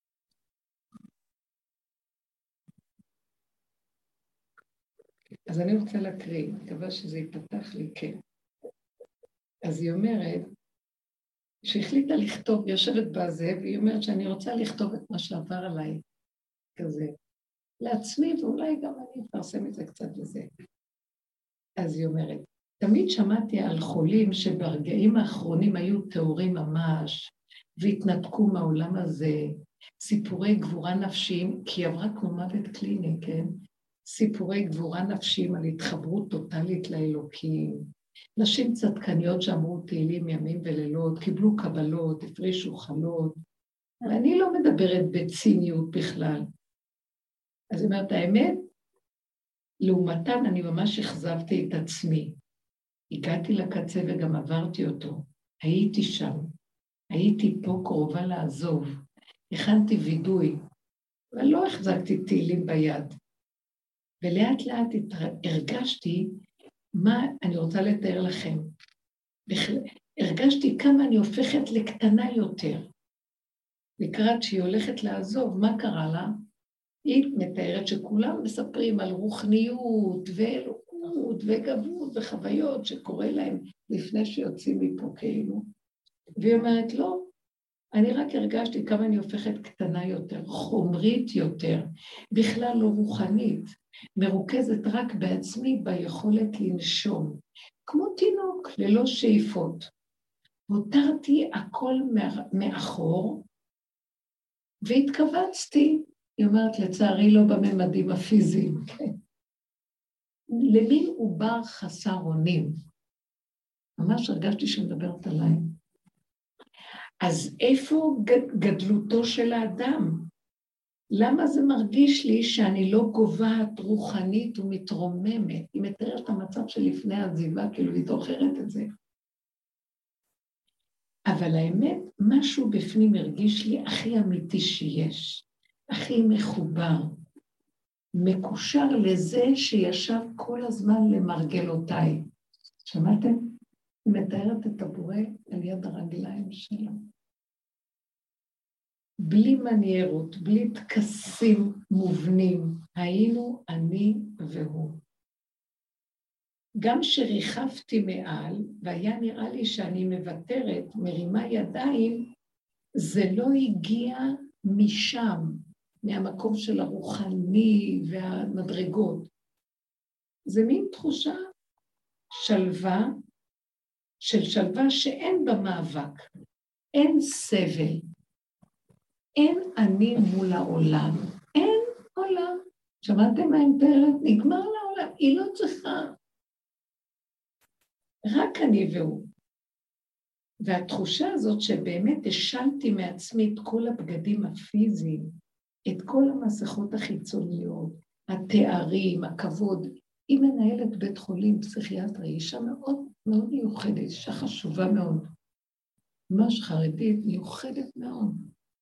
אז אני רוצה להקריא, מקווה שזה ייפתח לי, כן. אז היא אומרת, שהחליטה לכתוב, יושבת בזה, והיא אומרת שאני רוצה לכתוב את מה שעבר עליי, כזה, לעצמי, ואולי גם אני אפרסם את זה קצת וזה. אז היא אומרת, תמיד שמעתי על חולים שברגעים האחרונים היו תיאורים ממש, והתנתקו מהעולם הזה, סיפורי גבורה נפשיים, כי היא עברה כמו מוות קליני, כן? סיפורי גבורה נפשיים על התחברות טוטלית לאלוקים, נשים צדקניות שאמרו תהילים ימים ולילות, קיבלו קבלות, הפרישו חלות, ואני לא מדברת בציניות בכלל. אז היא אומרת, האמת, לעומתן אני ממש החזבתי את עצמי. הגעתי לקצה וגם עברתי אותו. הייתי שם. הייתי פה קרובה לעזוב. הכנתי וידוי, אבל לא החזקתי תהילים ביד. ולאט לאט הרגשתי מה אני רוצה לתאר לכם. הרגשתי כמה אני הופכת לקטנה יותר. לקראת שהיא הולכת לעזוב, מה קרה לה? היא מתארת שכולם מספרים על רוחניות ואלוקות וגבות וחוויות שקורה להם לפני שיוצאים מפה כאילו. והיא אומרת, לא, אני רק הרגשתי כמה אני הופכת קטנה יותר, חומרית יותר, בכלל לא רוחנית, מרוכזת רק בעצמי ביכולת לנשום, כמו תינוק ללא שאיפות. הותרתי הכל מאחור והתכווצתי, היא אומרת, לצערי לא בממדים הפיזיים, כן? למין עובר חסר אונים. ממש הרגשתי שמדברת עליי. אז איפה גדלותו של האדם? למה זה מרגיש לי שאני לא גובעת רוחנית ומתרוממת? היא מתארת את המצב שלפני העזיבה, כאילו היא זוכרת את זה. אבל האמת, משהו בפנים הרגיש לי הכי אמיתי שיש. הכי מחובר, מקושר לזה שישב כל הזמן למרגלותיי. שמעתם? היא מתארת את הבורא על יד הרגליים שלה. בלי מניירות, בלי תקסים מובנים, היינו אני והוא. גם שריחפתי מעל, והיה נראה לי שאני מוותרת, מרימה ידיים, זה לא הגיע משם. מהמקום של הרוחני והמדרגות. זה מין תחושה שלווה, של שלווה שאין בה מאבק, אין סבל, אין אני מול העולם, אין עולם. שמעתם מה מתארת? נגמר לעולם, היא לא צריכה. רק אני והוא. והתחושה הזאת שבאמת השלתי מעצמי את כל הבגדים הפיזיים, את כל המסכות החיצוניות, התארים, הכבוד. היא מנהלת בית חולים פסיכיאטרי, אישה מאוד מאוד מיוחדת, אישה חשובה מאוד. ממש חרדית, מיוחדת מאוד.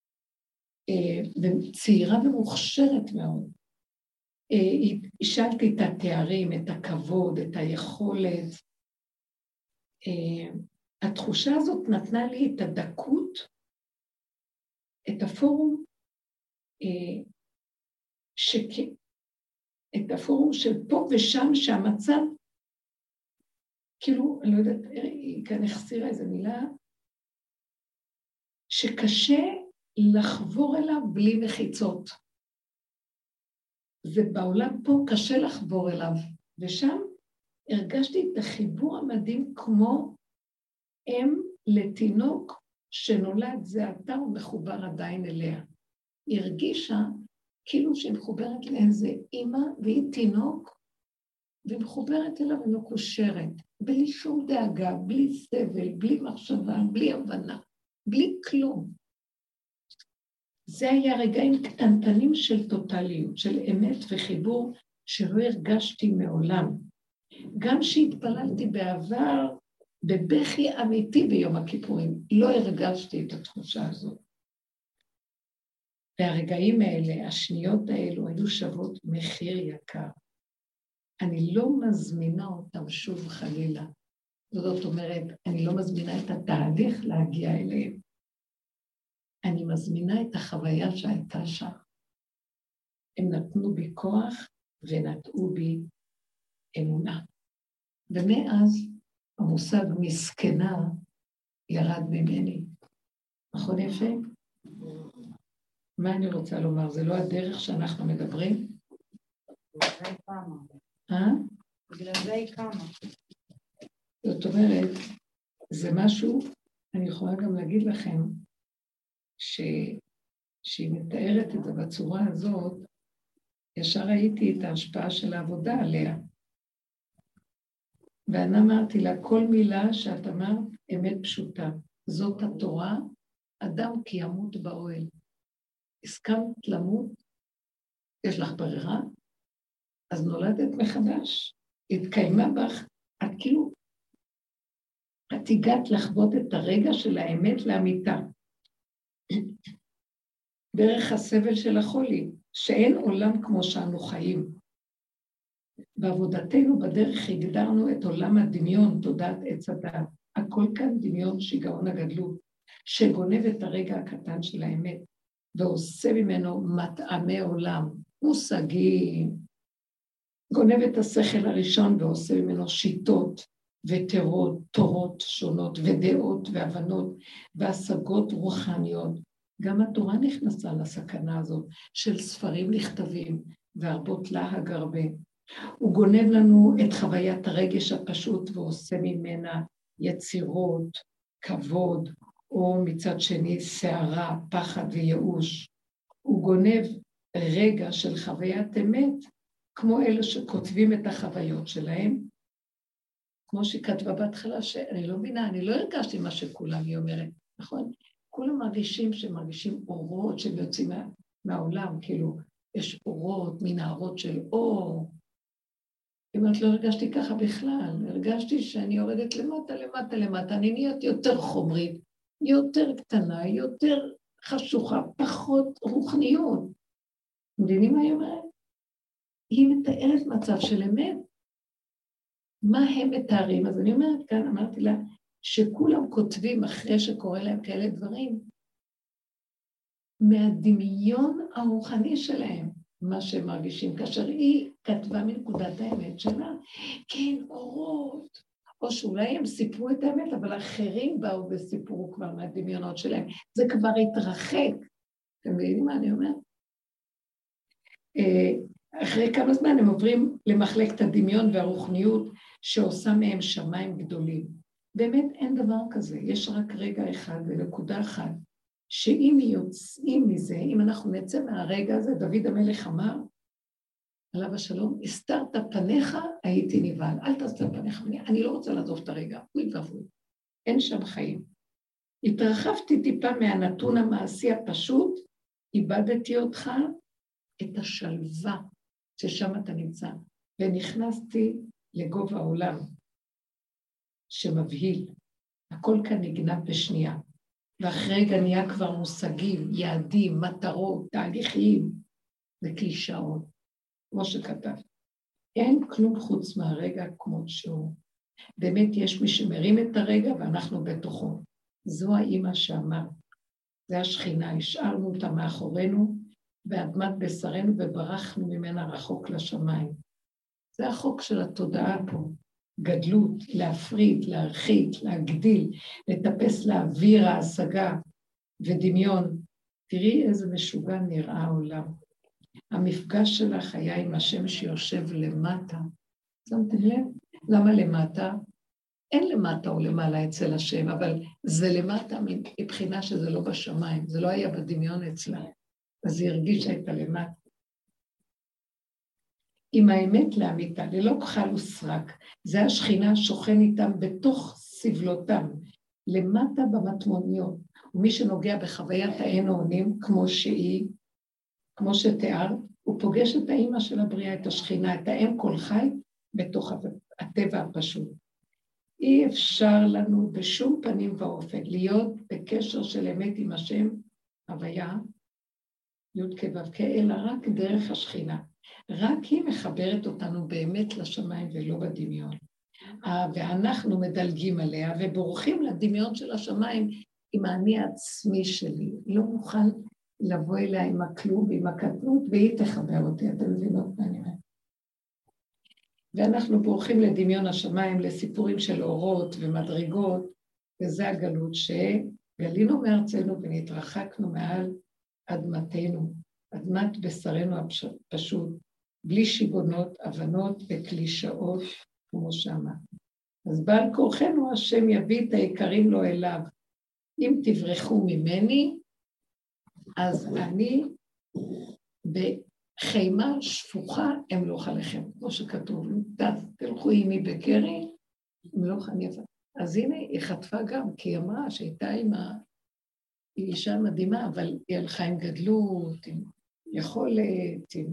וצעירה ומוכשרת מאוד. השלתי את התארים, את הכבוד, את היכולת. התחושה הזאת נתנה לי את הדקות, את הפורום, שכ... את הפורום של פה ושם שהמצב, כאילו, אני לא יודעת, היא כאן החסירה איזו מילה, שקשה לחבור אליו בלי מחיצות. ובעולם פה קשה לחבור אליו, ושם הרגשתי את החיבור המדהים כמו אם לתינוק שנולד זה עתה ומחובר עדיין אליה. היא הרגישה כאילו שהיא מחוברת לאיזה אימא והיא תינוק, והיא מחוברת אליו ומקושרת, בלי שום דאגה, בלי סבל, בלי מחשבה, בלי הבנה, בלי כלום. זה היה רגעים קטנטנים של טוטליות, של אמת וחיבור שלא הרגשתי מעולם. גם שהתפללתי בעבר, בבכי אמיתי ביום הכיפורים. לא הרגשתי את התחושה הזאת. והרגעים האלה, השניות האלו, היו שוות מחיר יקר. אני לא מזמינה אותם שוב חלילה. זאת אומרת, אני לא מזמינה את התהליך להגיע אליהם. אני מזמינה את החוויה שהייתה שם. הם נתנו בי כוח ונטעו בי אמונה. ומאז המושג מסכנה ירד ממני. נכון יפה? מה אני רוצה לומר? זה לא הדרך שאנחנו מדברים? בגלל זה היא קמה. אה? בגלל זה היא קמה. זאת אומרת, זה משהו, אני יכולה גם להגיד לכם, ש... שהיא מתארת את זה בצורה הזאת, ישר ראיתי את ההשפעה של העבודה עליה. ואני אמרתי לה, כל מילה שאת אמרת, אמת פשוטה. זאת התורה, אדם כי ימות באוהל. הסכמת למות, יש לך ברירה, אז נולדת מחדש, התקיימה בך, את כאילו, את הגעת לחוות את הרגע של האמת לאמיתה. דרך הסבל של החולי, שאין עולם כמו שאנו חיים. בעבודתנו בדרך הגדרנו את עולם הדמיון, תודעת עץ הדעת. הכל כאן דמיון שיגעון הגדלות, שגונב את הרגע הקטן של האמת, ועושה ממנו מטעמי עולם, מושגים, גונב את השכל הראשון ועושה ממנו שיטות ותורות, תורות שונות ודעות והבנות והשגות רוחניות. גם התורה נכנסה לסכנה הזאת של ספרים נכתבים והרבות להג הרבה. הוא גונב לנו את חוויית הרגש הפשוט ועושה ממנה יצירות, כבוד, או מצד שני שערה, פחד וייאוש. הוא גונב רגע של חוויית אמת, כמו אלה שכותבים את החוויות שלהם, כמו שכתבה בהתחלה, שאני לא מבינה, אני לא הרגשתי מה שכולם, היא אומרת, נכון? כולם מרגישים שמרגישים אורות שהם יוצאים מה, מהעולם, כאילו, יש אורות, מנהרות של אור. אם את לא הרגשתי ככה בכלל, הרגשתי שאני יורדת למטה, למטה, למטה, אני נהיית יותר חומרית, יותר קטנה, יותר חשוכה, פחות רוחניות. מבינים מה היא אומרת? היא מתארת מצב של אמת. מה הם מתארים? אז אני אומרת כאן, אמרתי לה, שכולם כותבים אחרי שקורא להם כאלה דברים, מהדמיון הרוחני שלהם, מה שהם מרגישים, כאשר היא כתבה מנקודת האמת שלה, כן, אורות, או שאולי הם סיפרו את האמת, אבל אחרים באו וסיפרו כבר מהדמיונות שלהם, זה כבר התרחק. אתם מבינים מה אני אומרת? אחרי כמה זמן הם עוברים למחלקת הדמיון והרוחניות, שעושה מהם שמיים גדולים. באמת אין דבר כזה, יש רק רגע אחד ונקודה אחת, שאם יוצאים מזה, אם אנחנו נצא מהרגע הזה, דוד המלך אמר, עליו השלום, הסתרת פניך, הייתי נבהל, אל תסתר פניך, אני לא רוצה לעזוב את הרגע, אוי ואבוי, אין שם חיים. התרחבתי טיפה מהנתון המעשי הפשוט, איבדתי אותך, את השלווה ששם אתה נמצא, ונכנסתי לגובה העולם, שמבהיל, הכל כאן נגנב בשנייה, ואחרי רגע נהיה כבר מושגים, יעדים, מטרות, תהליכים, וקלישאות, כמו שכתב. אין כלום חוץ מהרגע כמו שהוא. באמת יש מי שמרים את הרגע ואנחנו בתוכו. זו האמא שאמר, זה השכינה, השארנו אותה מאחורינו, באדמת בשרנו וברחנו ממנה רחוק לשמיים. זה החוק של התודעה פה. גדלות, להפריד, להרחיק, להגדיל, לטפס לאוויר ההשגה ודמיון. תראי איזה משוגע נראה העולם. המפגש שלך היה עם השם שיושב למטה. שמתם לב? למה למטה? אין למטה או למעלה אצל השם, אבל זה למטה מבחינה שזה לא בשמיים, זה לא היה בדמיון אצלה. אז היא הרגישה את הלמטה. עם האמת לאמיתה, ללא כחל וסרק, זה השכינה שוכן איתם בתוך סבלותם, למטה במטמוניות, ומי שנוגע בחוויית האין האונים, כמו שהיא, כמו שתיאר, הוא פוגש את האמא של הבריאה, את השכינה, את האם כל חי, בתוך הטבע הפשוט. אי אפשר לנו בשום פנים ואופן להיות בקשר של אמת עם השם, הוויה, י' כו' כ', אלא רק דרך השכינה. רק היא מחברת אותנו באמת לשמיים ולא בדמיון. ואנחנו מדלגים עליה ובורחים לדמיון של השמיים עם האני העצמי שלי. לא מוכן לבוא אליה עם הכלום ועם הקטנות, והיא תחבר אותי, אתם מבינות מה אני אומרת. ואנחנו בורחים לדמיון השמיים, לסיפורים של אורות ומדרגות, וזה הגלות שגלינו מארצנו ונתרחקנו מעל אדמתנו, אדמת בשרנו הפשוט, בלי שיגונות, הבנות וקלישאות, כמו שאמר. אז בעל כורחנו השם יביא את היקרים לו אליו. אם תברחו ממני, אז אני בחיימה שפוכה אמלוך עליכם, כמו שכתוב, תלכו עימי בקרי, אמלוך אני אבא. אז הנה, היא חטפה גם, כי היא אמרה שהייתה עם ה... היא אישה מדהימה, אבל היא הלכה עם גדלות, עם יכולת, עם...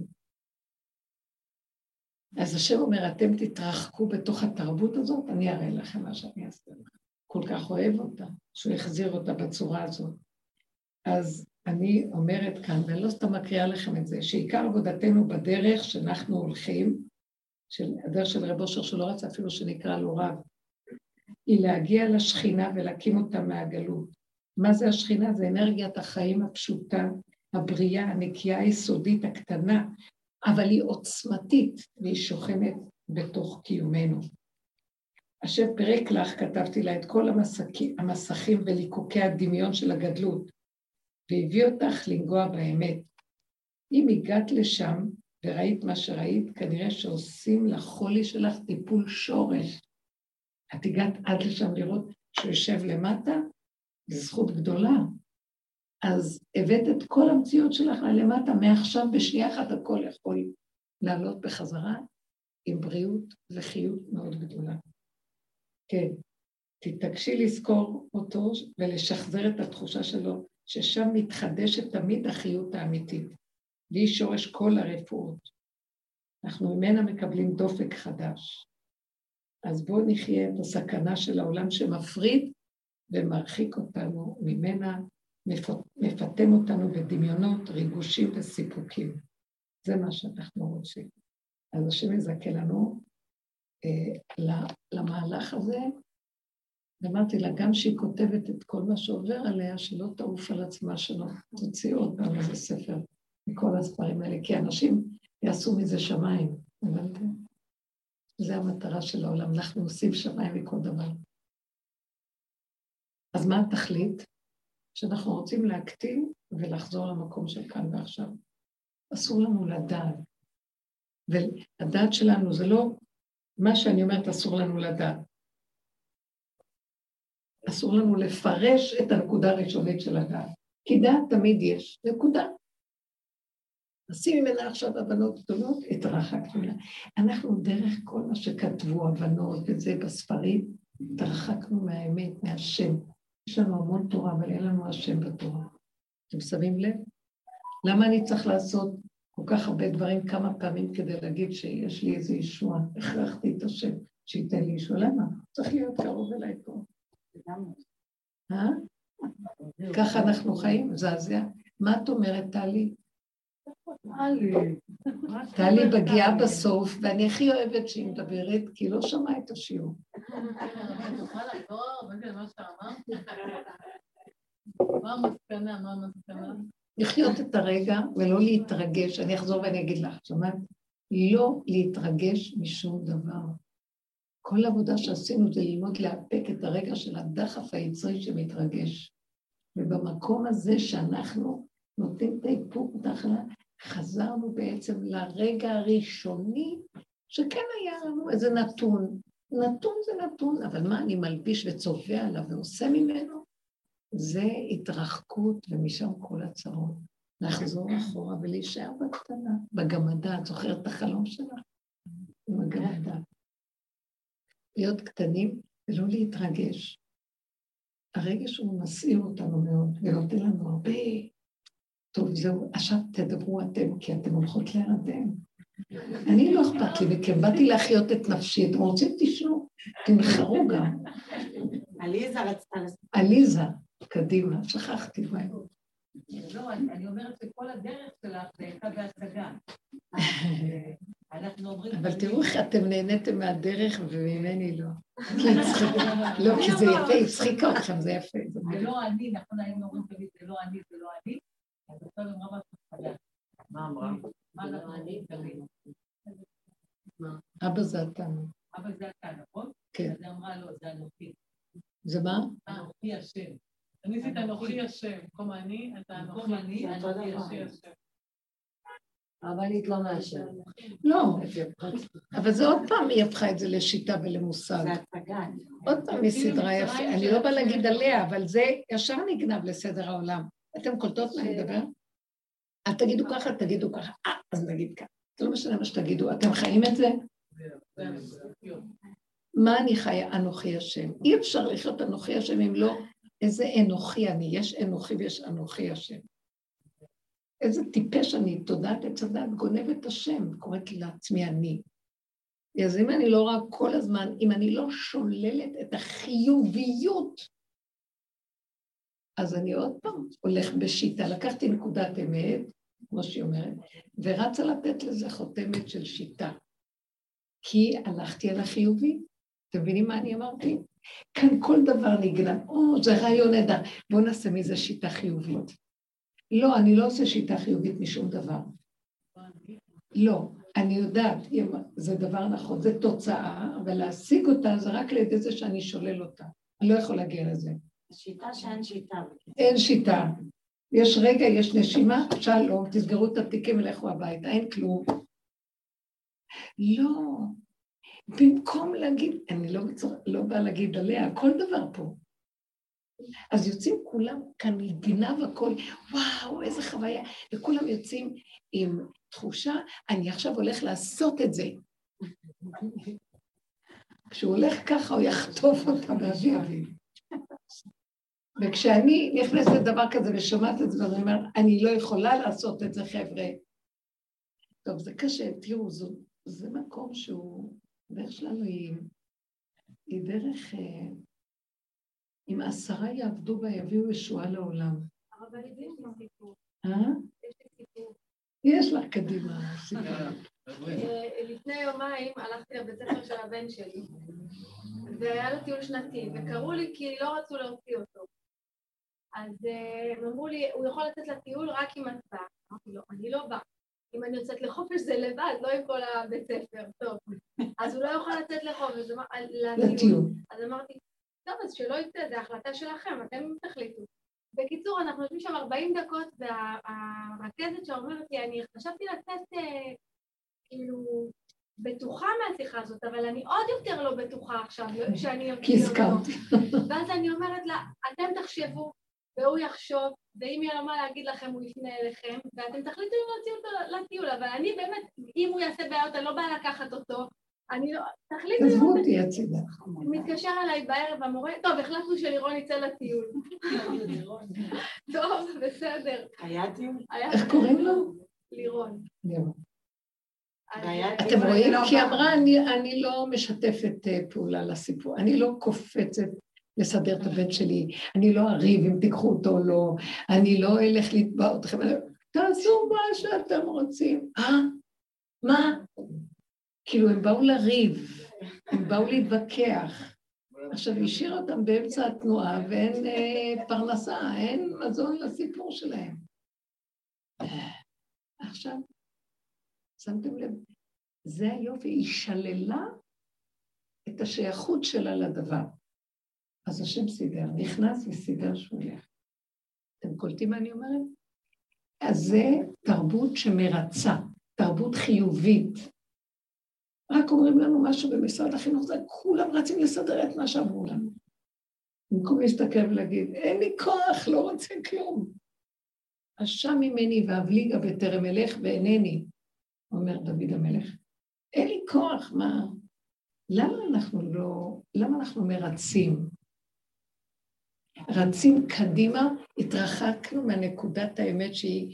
אז השם אומר, אתם תתרחקו בתוך התרבות הזאת, אני אראה לכם מה שאני אעשה לכם. כל כך אוהב אותה, שהוא יחזיר אותה בצורה הזאת. אז אני אומרת כאן, ואני לא סתם מקריאה לכם את זה, שעיקר עבודתנו בדרך שאנחנו הולכים, של הדרך של רב אושר שלא רצה אפילו שנקרא לו רב, היא להגיע לשכינה ולהקים אותה מהגלות. מה זה השכינה? זה אנרגיית החיים הפשוטה, הבריאה, הנקייה היסודית הקטנה, אבל היא עוצמתית והיא שוכנת בתוך קיומנו. השם פרק לך, כתבתי לה את כל המסכים, המסכים וליקוקי הדמיון של הגדלות, והביא אותך לנגוע באמת. אם הגעת לשם וראית מה שראית, כנראה שעושים לחולי שלך טיפול שורש. את הגעת עד לשם לראות שהוא יושב למטה, זו זכות גדולה. אז הבאת את כל המציאות שלך למטה, מעכשיו בשנייה אחת הכל יכול לעלות בחזרה, עם בריאות וחיות מאוד גדולה. כן, תתקשי לזכור אותו ולשחזר את התחושה שלו, ששם מתחדשת תמיד החיות האמיתית, והיא שורש כל הרפואות. אנחנו ממנה מקבלים דופק חדש. אז בואו נחיה את הסכנה של העולם שמפריד ומרחיק אותנו ממנה, מפתם אותנו בדמיונות, ריגושים וסיפוקים. זה מה שאנחנו רוצים. אז השם יזכה לנו אה, למהלך הזה, ואמרתי לה, גם שהיא כותבת את כל מה שעובר עליה, שלא תעוף על עצמה, שלא תוציא עוד פעם איזה ספר מכל הספרים האלה, כי אנשים יעשו מזה שמיים, הבנתם? זה המטרה של העולם, אנחנו עושים שמיים מכל דבר. אז מה התכלית? שאנחנו רוצים להקטין ולחזור למקום של כאן ועכשיו. אסור לנו לדעת. והדעת שלנו זה לא, מה שאני אומרת אסור לנו לדעת. אסור לנו לפרש את הנקודה הראשונית של הדעת. כי דעת תמיד יש, נקודה. נשים ממנה עכשיו הבנות גדולות, התרחקנו לה. אנחנו דרך כל מה שכתבו הבנות וזה בספרים, התרחקנו מהאמת, מהשם. יש לנו המון תורה, אבל אין לנו השם בתורה. אתם שמים לב? למה אני צריך לעשות כל כך הרבה דברים כמה פעמים כדי להגיד שיש לי איזו ישועה? הכרחתי את השם שייתן לי ישועה. למה? צריך להיות קרוב אליי פה. אה? ככה אנחנו חיים, זעזע. מה את אומרת, טלי? טלי בגיעה בסוף, ואני הכי אוהבת שהיא מדברת, כי היא לא שמעה את השיעור. מה המסקנה? מה המסקנה? לחיות את הרגע ולא להתרגש. אני אחזור ואני אגיד לך, שמעת? לא להתרגש משום דבר. כל העבודה שעשינו זה ללמוד להפק את הרגע של הדחף היצרי שמתרגש. ובמקום הזה שאנחנו נותנים את האיפוק דחלה, חזרנו בעצם לרגע הראשוני, שכן היה לנו איזה נתון. נתון זה נתון, אבל מה אני מלביש וצובע עליו ועושה ממנו? זה התרחקות ומשם כל הצרות. לחזור אחורה ולהישאר בקטנה, בגמדה. את זוכרת את החלום שלך? עם הגמדה. להיות קטנים ולא להתרגש. הרגש הוא מסעיר אותנו מאוד, ונותן לנו הרבה. טוב, זהו, עכשיו תדברו אתם, כי אתם הולכות להירדם. אני לא אכפת לי מכם, באתי להחיות את נפשי, אתם רוצים תשנו, תנחרו גם. עליזה רצתה... עליזה, קדימה, שכחתי מה. לא, אני אומרת שכל הדרך שלך זה הייתה בהצגה. אנחנו אומרים... אבל תראו איך אתם נהניתם מהדרך וממני לא. לא, כי זה יפה, הצחיקה אתכם, זה יפה. זה לא אני, נכון, היינו אומרים תמיד, זה לא אני, זה לא אני. אז עכשיו הם רבה שחדש. מה אמרה? מה אנחנו אומרים תמיד? אבא זה אתה. אבא זה אתה, נכון? כן. אז היא אמרה לו, זה אנוכי. זה מה? אנוכי השם. אני עשית אנוכי השם. במקום אני, אתה אנוכי השם. הרבנית לא מאשר. לא, אבל זה עוד פעם היא הפכה את זה לשיטה ולמושג. זה הצגה. עוד פעם היא סדרה יפה. אני לא באה להגיד עליה, אבל זה ישר נגנב לסדר העולם. אתם קולטות מה אני מדבר? אל תגידו ככה, תגידו ככה. אה, אז נגיד ככה. זה לא משנה מה שתגידו. אתם חיים את זה? מה אני חיה? אנוכי השם. אי אפשר לחיות אנוכי השם אם לא איזה אנוכי אני. יש אנוכי ויש אנוכי השם. איזה טיפש אני, תודעת עץ הדת, גונבת השם, קוראת לעצמי אני. אז אם אני לא רואה כל הזמן, אם אני לא שוללת את החיוביות, אז אני עוד פעם הולך בשיטה, לקחתי נקודת אמת, כמו שהיא אומרת, ורצה לתת לזה חותמת של שיטה. כי הלכתי על החיובי. אתם מבינים מה אני אמרתי? כאן כל דבר נגנב, או, זה רעיון נהדר, בואו נעשה מזה שיטה חיובית. לא, אני לא עושה שיטה חיובית משום דבר. לא, אני יודעת, זה דבר נכון, זה תוצאה, אבל להשיג אותה זה רק לידי זה שאני שולל אותה. אני לא יכול להגיע לזה. שיטה שאין שיטה. אין שיטה. יש רגע, יש נשימה, שלום, תסגרו את התיקים ולכו הביתה, אין כלום. לא, במקום להגיד, אני לא, לא באה להגיד עליה, כל דבר פה. אז יוצאים כולם, כאן גנב הכל, וואו, איזה חוויה, וכולם יוצאים עם תחושה, אני עכשיו הולך לעשות את זה. כשהוא הולך ככה, הוא יחטוף אותה באבי אבי. וכשאני נכנסת לדבר כזה ושומעת את זה, ואני אומרת, אני לא יכולה לעשות את זה, חבר'ה. טוב, זה קשה, תראו, זה, זה מקום שהוא, הדרך שלנו היא, היא דרך... אם עשרה יעבדו בה, יביאו ישועה לעולם. אבל יש לי סיפור. אה? יש לי סיפור. יש לך קדימה. לפני יומיים הלכתי לבית ספר של הבן שלי, והיה לו טיול שנתי, וקראו לי כי לא רצו להוציא אותו. אז הם אמרו לי, הוא יכול לצאת לטיול רק עם הצבא. אמרתי לו, אני לא באה. אם אני יוצאת לחופש זה לבד, לא עם כל הבית ספר. טוב. אז הוא לא יכול לצאת לחופש, לטיול. אז אמרתי, טוב, אז שלא יצא, זה החלטה שלכם, אתם תחליטו. בקיצור, אנחנו יושבים שם ארבעים דקות, והרכזת שאומרת לי, אני חשבתי לצאת, כאילו, בטוחה מהשיחה הזאת, אבל אני עוד יותר לא בטוחה עכשיו, שאני... כי הסכמת. ואז אני אומרת לה, אתם תחשבו, והוא יחשוב, ואם יהיה לו מה להגיד לכם, הוא יפנה אליכם, ואתם תחליטו אם להוציא אותו לטיול, אבל אני באמת, אם הוא יעשה בעיות, אני לא באה לקחת אותו, אני לא... תחליטו... תעזבו אותי הצידה. מתקשר עליי בערב המורה, טוב, החלטנו שלירון יצא לטיול. טוב, בסדר. היה טיול? איך קוראים לו? לירון. לירון. אתם רואים? כי אמרה, אני לא משתפת פעולה לסיפור, אני לא קופצת לסדר את הבן שלי, אני לא אריב אם תיקחו אותו או לא, אני לא אלך לתבע אתכם, תעשו מה שאתם רוצים. אה? מה? כאילו הם באו לריב, הם באו להתווכח. עכשיו השאיר אותם באמצע התנועה ואין אה, פרנסה, אין מזון לסיפור שלהם. עכשיו, שמתם לב, זה היופי, היא שללה את השייכות שלה לדבר. אז השם סידר, נכנס וסידר שהוא הולך. אתם קולטים מה אני אומרת? אז זה תרבות שמרצה, תרבות חיובית. רק אומרים לנו משהו במשרד החינוך, זה כולם רצים לסדר את מה שאמרו לנו. במקום להסתכל ולהגיד, אין לי כוח, לא רוצה כלום. אשם ממני ואבליגה בטרם אלך ואינני, אומר דוד המלך. אין לי כוח, מה? למה אנחנו לא, למה אנחנו מרצים? רצים קדימה, התרחקנו מהנקודת האמת שהיא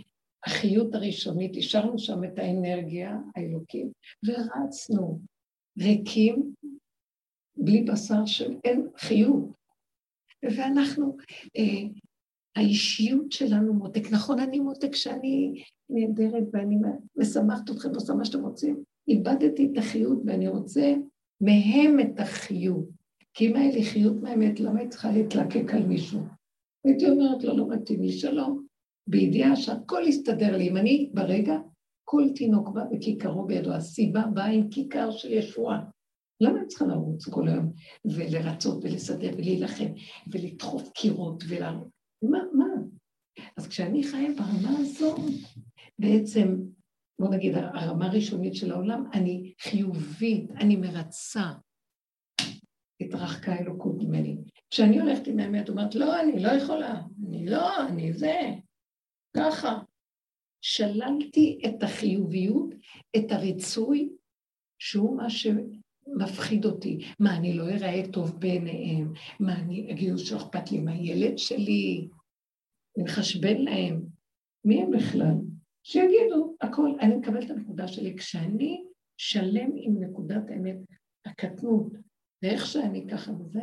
החיות הראשונית, השארנו שם את האנרגיה האלוקית, ורצנו ריקים, בלי בשר של אין חיות. ואנחנו, אה, האישיות שלנו מותק, נכון, אני מותק שאני נהדרת ואני משמחת אתכם, עושה מה שאתם רוצים, איבדתי את החיות ואני רוצה מהם את החיות, כי אם היה לי חיות מהאמת, למה היא צריכה להתלקק על מישהו? הייתי אומרת לו, לא מתאים לי, שלום, בידיעה שהכל יסתדר לי, אם אני ברגע, כל תינוק בא בכיכרו בידו, הסיבה באה עם כיכר של ישועה, למה אני צריכה לרוץ כל היום ולרצות ולסדר ולהילחם ולדחוף קירות ולערות? מה, מה? אז כשאני חיה ברמה הזו, בעצם, בוא נגיד, הרמה הראשונית של העולם, אני חיובית, אני מרצה. התרחקה אלוקות ממני. כשאני הולכת עם האמת, אומרת, לא, אני לא יכולה, אני לא, אני זה, ככה. שללתי את החיוביות, את הריצוי, שהוא מה שמפחיד אותי. מה, אני לא אראה טוב בעיניהם? מה, אני אגידו שאכפת לי מהילד שלי? אני מחשבן להם. מי הם בכלל? שיגידו, הכל. אני מקבלת את הנקודה שלי. כשאני שלם עם נקודת האמת, הקטנות, ואיך שאני ככה וזה,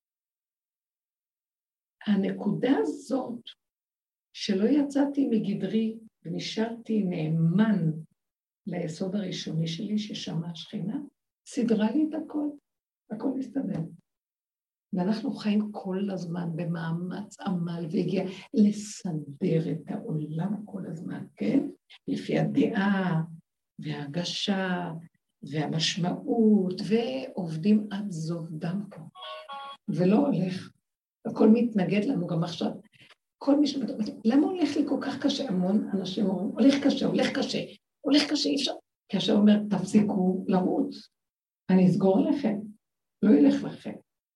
הנקודה הזאת, שלא יצאתי מגדרי, ונשארתי נאמן ליסוד הראשוני שלי, ששמה השכינה, סדרה לי את הכל, הכל מסתדר. ואנחנו חיים כל הזמן במאמץ עמל, והגיע לסדר את העולם כל הזמן, כן? לפי הדעה וההרגשה והמשמעות, ועובדים עד זוב דם פה. ולא הולך, הכל מתנגד לנו גם עכשיו. כל מי שמדבר, למה הולך לי כל כך קשה? המון אנשים אומרים, הולך קשה, הולך קשה, הולך קשה, אי אפשר. כאשר אומר, תפסיקו לרוץ, אני אסגור לכם, לא ילך לכם.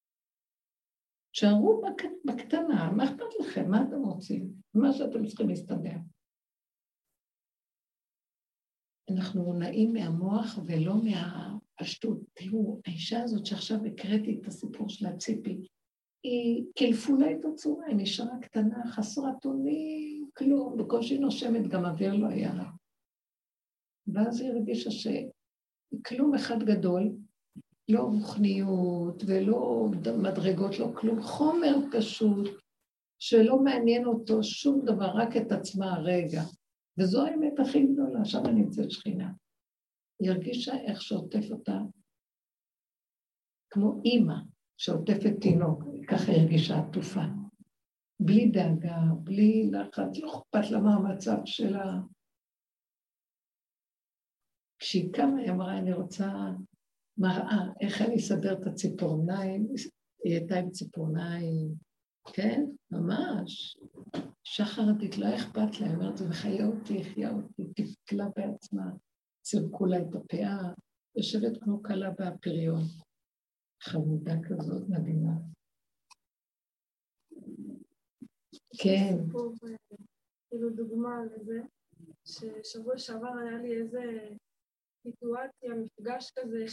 שערו בקטנה, מה אכפת לכם? מה אתם רוצים? מה שאתם צריכים להסתדר. אנחנו מונעים מהמוח ולא מהפשטות. תראו, האישה הזאת שעכשיו הקראתי את הסיפור של הציפי, היא קלפו לה את הצורה, היא נשארה קטנה, חסרת אונים, כלום, בקושי נושמת, גם אוויר לא היה לה. ואז היא הרגישה שכלום אחד גדול, לא רוחניות ולא מדרגות, לא כלום, חומר פשוט, שלא מעניין אותו שום דבר, רק את עצמה הרגע. וזו האמת הכי גדולה, שם נמצאת שכינה. היא הרגישה איך שעוטף אותה, כמו אימא שעוטפת תינוק, ככה הרגישה עטופה. בלי דאגה, בלי לחץ, לא אכפת לה מה המצב שלה. כשהיא קמה, היא אמרה, אני רוצה מראה, איך אני אסדר את הציפורניים, היא הייתה עם ציפורניים, כן? ממש. שחרתית, לא אכפת לה, היא אומרת, זה מחיה אותי, חיה אותי, תפקלה בעצמה, צירקו לה את הפאה, יושבת כמו קלה בפריון. חמודה כזאת מדהימה. כן. כאילו דוגמה לזה, ששבוע שעבר היה לי איזה סיטואציה, מפגש כזה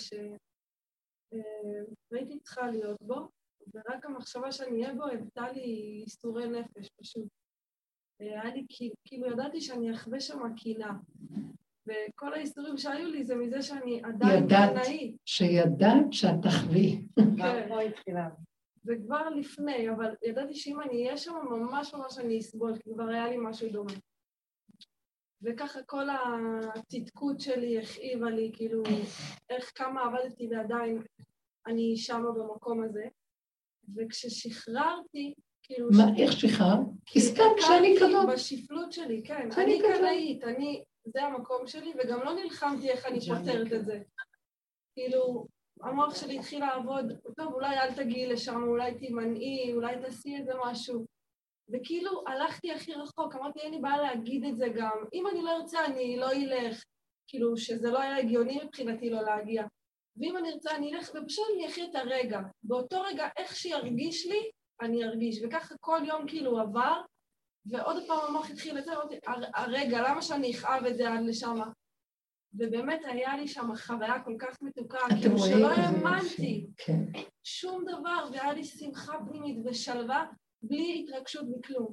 שהייתי צריכה להיות בו, ורק המחשבה שאני אהיה בו הבטה לי איסורי נפש פשוט. היה לי, כאילו ידעתי שאני אחווה שם קינה, וכל האיסורים שהיו לי זה מזה שאני עדיין קנאית. שידעת שאת תחווי. כן. זה כבר לפני, אבל ידעתי שאם אני אהיה שם ממש ממש אני אסבול, כי כבר היה לי משהו דומה. וככה כל הצדקות שלי הכאיבה לי, כאילו, איך כמה עבדתי ועדיין אני שמה במקום הזה. וכששחררתי, כאילו... מה, איך שחררת? הסכמת שאני כזאת. בשפלות שלי, כן. אני קנאית, אני... זה המקום שלי, וגם לא נלחמתי איך אני פותרת את זה. כאילו, המוח שלי התחיל לעבוד, טוב, אולי אל תגיעי לשם, אולי תימנעי, אולי תעשי איזה משהו. וכאילו, הלכתי הכי רחוק, אמרתי, אין לי בעיה להגיד את זה גם. אם אני לא ארצה, אני לא אלך. כאילו, שזה לא היה הגיוני מבחינתי לא להגיע. ואם אני ארצה, אני אלך, ופשוט אני אחיה את הרגע. באותו רגע, איך שירגיש לי, אני ארגיש. וככה כל יום כאילו עבר, ועוד פעם המוח התחיל לצאת, אמרתי, הרגע, למה שאני אכאב את זה עד לשם? ובאמת היה לי שם חוויה כל כך מתוקה, כאילו שלא האמנתי שום דבר, והיה לי שמחה פנימית ושלווה, בלי התרגשות בכלום.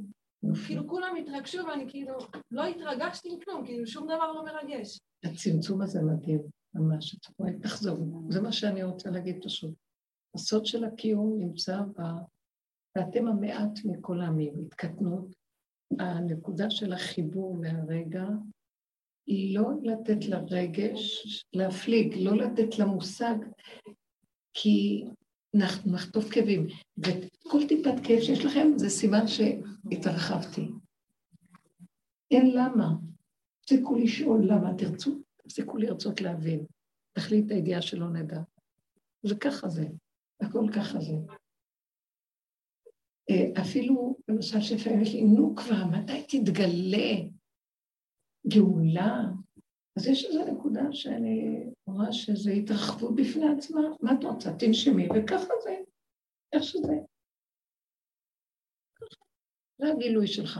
כאילו כולם התרגשו ואני כאילו לא התרגשתי עם כלום, כאילו שום דבר לא מרגש. הצמצום הזה מדהים, ממש. תחזרו, זה מה שאני רוצה להגיד פשוט. הסוד של הקיום נמצא ב... ואתם המעט מכל העמים, התקטנות. הנקודה של החיבור מהרגע היא לא לתת לרגש להפליג, לא לתת למושג, כי אנחנו נחטוף כאבים. וכל טיפת כאב שיש לכם זה סימן שהתרחבתי. אין למה. תפסיקו לשאול למה תרצו, תפסיקו לרצות להבין. תחליט הידיעה שלא נדע. זה ככה זה, הכל ככה זה. אפילו, למשל שפעמים יש לי, נו כבר, מתי תתגלה גאולה? אז יש איזו נקודה שאני רואה שזה התרחבות בפני עצמה. מה את רוצה? תנשמי, וככה זה, איך שזה. זה הגילוי שלך.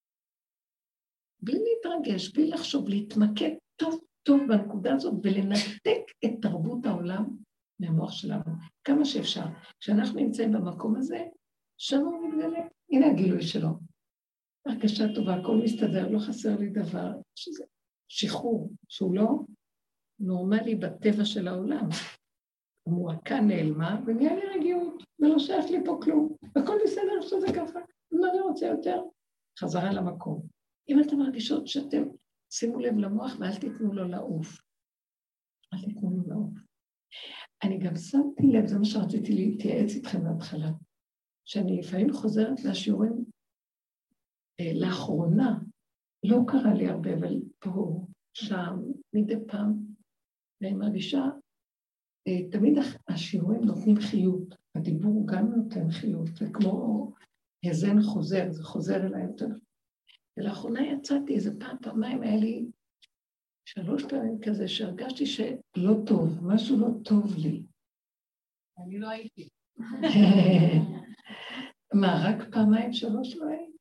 בלי להתרגש, בלי לחשוב, להתמקד טוב טוב בנקודה הזאת, ולנתק את תרבות העולם מהמוח שלנו, כמה שאפשר. כשאנחנו נמצאים במקום הזה, שם הוא מתגלה, הנה הגילוי שלו. הרגשה טובה, הכל מסתדר, לא חסר לי דבר, שזה שחרור, שהוא לא נורמלי בטבע של העולם. המועקה נעלמה, ונהיה לי רגיעות, ולא שייך לי פה כלום, הכל בסדר שזה ככה, מה אני רוצה יותר? חזרה למקום. אם אתם מרגישות שאתם, שימו לב למוח ואל תיתנו לו לעוף. אל תיתנו לו לעוף. אני גם שמתי לב, זה מה שרציתי להתייעץ איתכם בהתחלה, שאני לפעמים חוזרת מהשיעורים אה, לאחרונה, לא קרה לי הרבה, אבל פה, שם, מדי פעם, ואני מרגישה, אה, תמיד השיעורים נותנים חיות, הדיבור גם נותן חיות, זה כמו הזן חוזר, זה חוזר אליי יותר. ולאחרונה יצאתי איזה פעם, פעמיים, היה לי שלוש פעמים כזה, שהרגשתי שלא טוב, משהו לא טוב לי. אני לא הייתי. מה, רק פעמיים שלוש לא הייתי?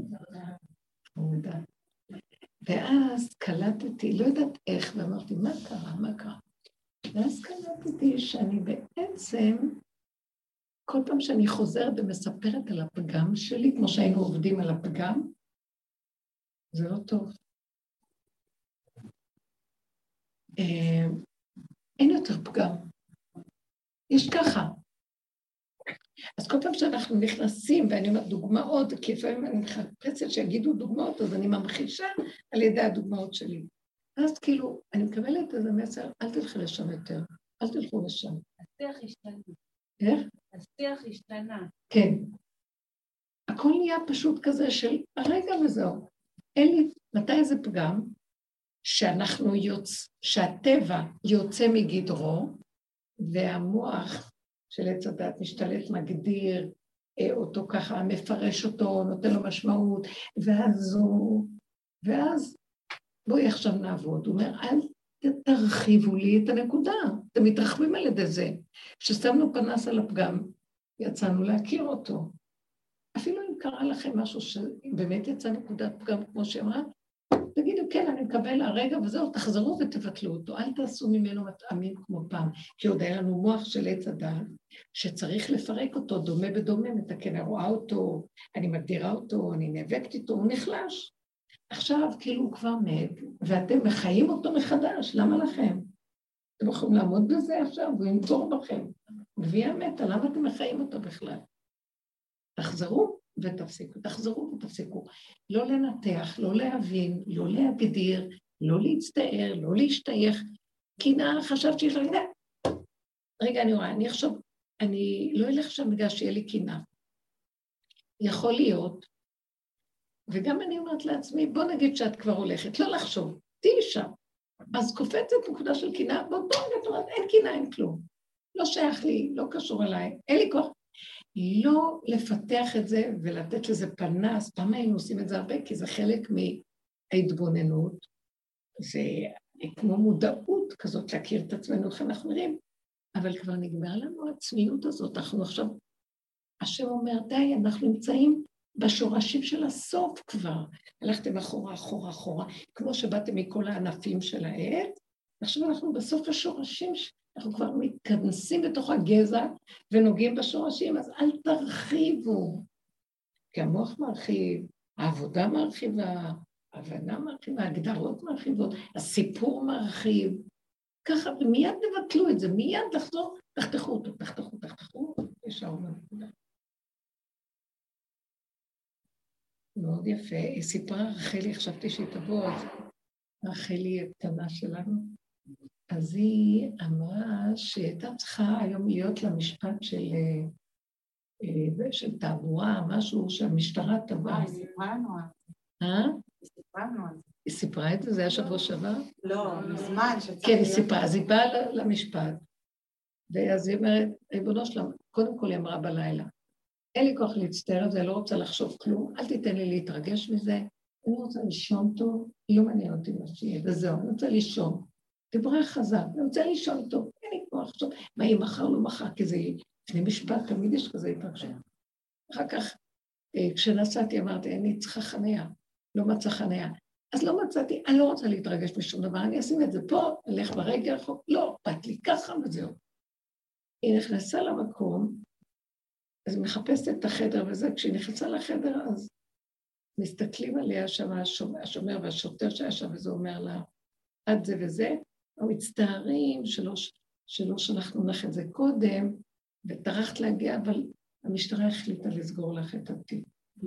ואז קלטתי, לא יודעת איך, ואמרתי, מה קרה, מה קרה? ואז קלטתי שאני בעצם, כל פעם שאני חוזרת ומספרת על הפגם שלי, כמו שהיינו עובדים על הפגם, זה לא טוב. אין יותר פגם. יש ככה. אז כל פעם שאנחנו נכנסים, ואני אומרת דוגמאות, כי לפעמים אני מחפשת שיגידו דוגמאות, אז אני ממחישה על ידי הדוגמאות שלי. אז כאילו, אני מקבלת איזה מסר, אל תלכי לשם יותר, אל תלכו לשם. השיח השתנה. איך? השיח השתנה. כן. הכל נהיה פשוט כזה של הרגע וזהו. אין לי, מתי זה פגם? שאנחנו יוצא, שהטבע יוצא מגדרו, והמוח של עץ הדת משתלט, מגדיר אותו ככה, מפרש אותו, נותן לו משמעות, ואז הוא, ואז בואי עכשיו נעבוד. הוא אומר, אל תרחיבו לי את הנקודה, אתם מתרחבים על ידי זה. כששמנו פנס על הפגם, יצאנו להכיר אותו. אפילו אם קרה לכם משהו שבאמת יצא נקודת פגם, כמו שאמרה, תגידו, כן, אני מקבל הרגע וזהו, תחזרו ותבטלו אותו, אל תעשו ממנו מטעמים כמו פעם, כי עוד היה לנו מוח של עץ הדעת, שצריך לפרק אותו, דומה בדומה, מתקן, אני רואה אותו, אני מגדירה אותו, אני נאבקת איתו, הוא נחלש. עכשיו, כאילו הוא כבר מת, ואתם מחיים אותו מחדש, למה לכם? אתם יכולים לעמוד בזה עכשיו, הוא ינצור בכם. גביע מתה, למה אתם מחיים אותו בכלל? תחזרו ותפסיקו, תחזרו ותפסיקו. לא לנתח, לא להבין, לא להגדיר, לא להצטער, לא להשתייך. קנאה, חשבתי שיש לה, רגע, אני רואה, אני עכשיו, אני לא אלך שם בגלל שיהיה לי קנאה. יכול להיות, וגם אני אומרת לעצמי, בוא נגיד שאת כבר הולכת, לא לחשוב, תהי שם. אז קופצת נקודה של קנאה, באותו רגע את אומרת, אין קנאה, אין כלום. לא שייך לי, לא קשור אליי, אין לי כוח. לא לפתח את זה ולתת לזה פנס, פעם היינו עושים את זה הרבה, כי זה חלק מההתבוננות, זה כמו מודעות כזאת להכיר את עצמנו, איך אנחנו נראים, אבל כבר נגמר לנו העצמיות הזאת, אנחנו עכשיו, השם אומר, די, אנחנו נמצאים בשורשים של הסוף כבר, הלכתם אחורה, אחורה, אחורה, כמו שבאתם מכל הענפים של העץ, עכשיו אנחנו בסוף השורשים, אנחנו כבר מתכנסים בתוך הגזע ונוגעים בשורשים, אז אל תרחיבו, כי המוח מרחיב, העבודה מרחיבה, ההבנה מרחיבה, ההגדרות מרחיבות, הסיפור מרחיב. ככה, ומיד תבטלו את זה, מיד לחזור, תחתכו אותו, תחתכו, תחתכו, ישר בנקודה. מאוד יפה. היא סיפרה, רחלי, חשבתי שהיא תבוא, אז רחלי הקטנה שלנו. אז היא אמרה שהייתה צריכה היום להיות למשפט של, של תעבורה, משהו שהמשטרה טבעה. היא סיפרה לנו על זה. אה? היא סיפרה לנו על זה. היא סיפרה את זה? זה היה שבוע שעבר? לא, מזמן שצריך... כן, היא סיפרה. אז היא באה למשפט, ואז היא אומרת, ריבונו שלמה, קודם כל היא אמרה בלילה, אין לי כוח להצטער על זה, אני לא רוצה לחשוב כלום, אל תיתן לי להתרגש מזה, אני רוצה לישון טוב, לא מעניין אותי מה שיהיה, וזהו, אני רוצה לישון. דיברה חזק, אני רוצה לישון טוב, אין לי כוח לחשוב, מה היא מחר לא מחר, כי זה לפני משפט, תמיד יש כזה התרגשה. אחר כך, כשנסעתי, אמרתי, אני צריכה חניה, לא מצא חניה. אז לא מצאתי, אני לא רוצה להתרגש משום דבר, אני אשים את זה פה, אלך ברגע רחוק, לא, באת לי ככה וזהו. היא נכנסה למקום, אז מחפשת את החדר וזה, כשהיא נכנסה לחדר, אז מסתכלים עליה שם השומר, השומר והשוטר שהיה שם, וזה אומר לה, עד זה וזה, או מצטערים שלא, שלא שלחנו לך את זה קודם, וטרחת להגיע, אבל המשטרה החליטה לסגור לך את התיק.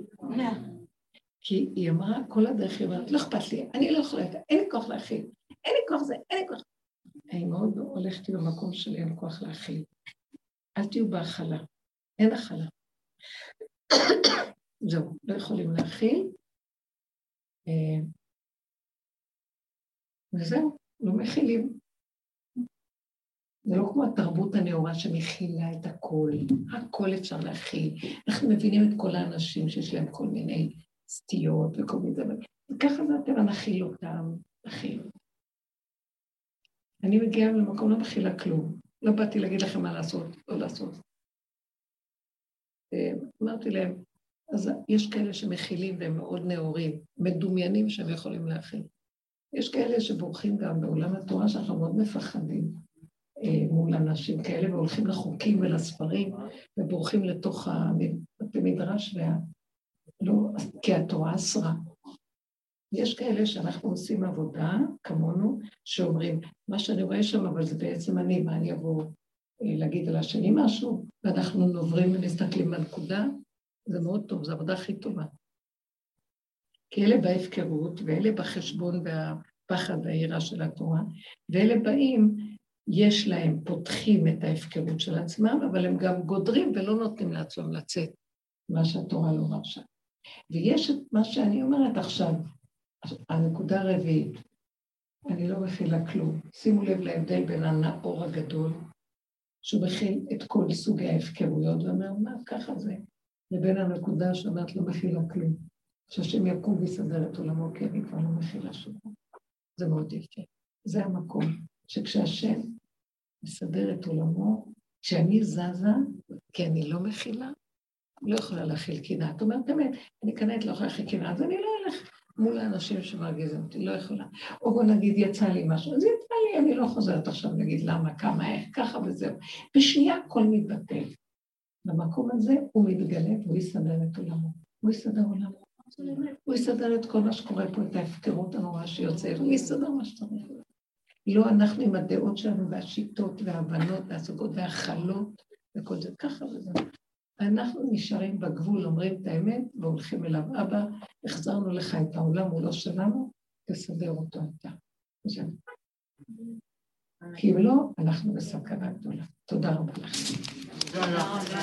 כי היא אמרה, כל הדרך היא אומרת, לא אכפת לי, אני לא יכולה, אין לי כוח להכיל, אין לי כוח זה, אין לי כוח. אני מאוד הולכת במקום שלי, אין לי כוח להכיל. אל תהיו בהכלה, אין הכלה. זהו, לא יכולים להכיל. וזהו, לא מכילים. זה לא כמו התרבות הנאורה שמכילה את הכל, הכל אפשר להכיל. אנחנו מבינים את כל האנשים שיש להם כל מיני סטיות וכל מיני דבר. וככה זה הטבע, נכיל אותם, נכיל. אני מגיעה למקום, לא מכילה כלום. לא באתי להגיד לכם מה לעשות, לא לעשות. אמרתי להם, אז יש כאלה שמכילים והם מאוד נאורים, מדומיינים שהם יכולים להכיל. יש כאלה שבורחים גם בעולם התורה שאנחנו מאוד מפחדים מול אנשים כאלה, והולכים לחוקים ולספרים, ובורחים לתוך המדרש, וה... לא, כי התורה אסרה. יש כאלה שאנחנו עושים עבודה, כמונו, שאומרים, מה שאני רואה שם, אבל זה בעצם אני, מה אני אבוא להגיד על השני משהו, ואנחנו נוברים ומסתכלים בנקודה, זה מאוד טוב, זו העבודה הכי טובה. כי אלה בהפקרות, ואלה בחשבון והפחד והעירה של התורה, ואלה באים, יש להם, פותחים את ההפקרות של עצמם, אבל הם גם גודרים ולא נותנים לעצמם לצאת, מה שהתורה לא מרשה. ויש את מה שאני אומרת עכשיו, הנקודה הרביעית, אני לא מכילה כלום. שימו לב להבדל בין הנאור הגדול, שהוא מכיל את כל סוגי ההפקרויות, ואומר, מה, ככה זה, לבין הנקודה שאומרת לא מכילה כלום. שהשם יקום ויסדר את עולמו, כי אני כבר לא מכילה שום. זה מאוד יפה. זה המקום שכשהשם מסדר את עולמו, כשאני זזה, כי אני לא מכילה, לא יכולה להכיל קינה. את אומרת, באמת, אני קנאת לא יכולה להכיל קינה, אז אני לא אלך מול האנשים שמרגיזים אותי, לא יכולה. או בוא נגיד, יצא לי משהו, אז יצא לי, אני לא חוזרת עכשיו להגיד למה, כמה, איך, ככה וזהו. בשנייה הכל מתבטל. במקום הזה הוא מתגלה והוא יסדר את עולמו. הוא יסדר עולמו. הוא יסדר את כל מה שקורה פה, את ההפקרות הנוראה שיוצא, הוא יסדר מה שצריך. לא אנחנו עם הדעות שלנו והשיטות וההבנות והסוגות והחלות וכל זה, ככה וזה. אנחנו נשארים בגבול, אומרים את האמת, והולכים אליו, אבא, החזרנו לך את העולם, הוא לא שלנו, תסדר אותו אתה. כי אם לא, אנחנו בסכנה גדולה. תודה רבה לכם. תודה רבה.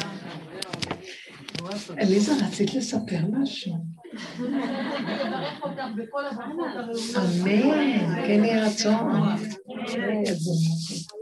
אליזה, רצית לספר משהו? לברך אותך בכל הברכות. אמן, כן יהיה רצון. איזה משהו.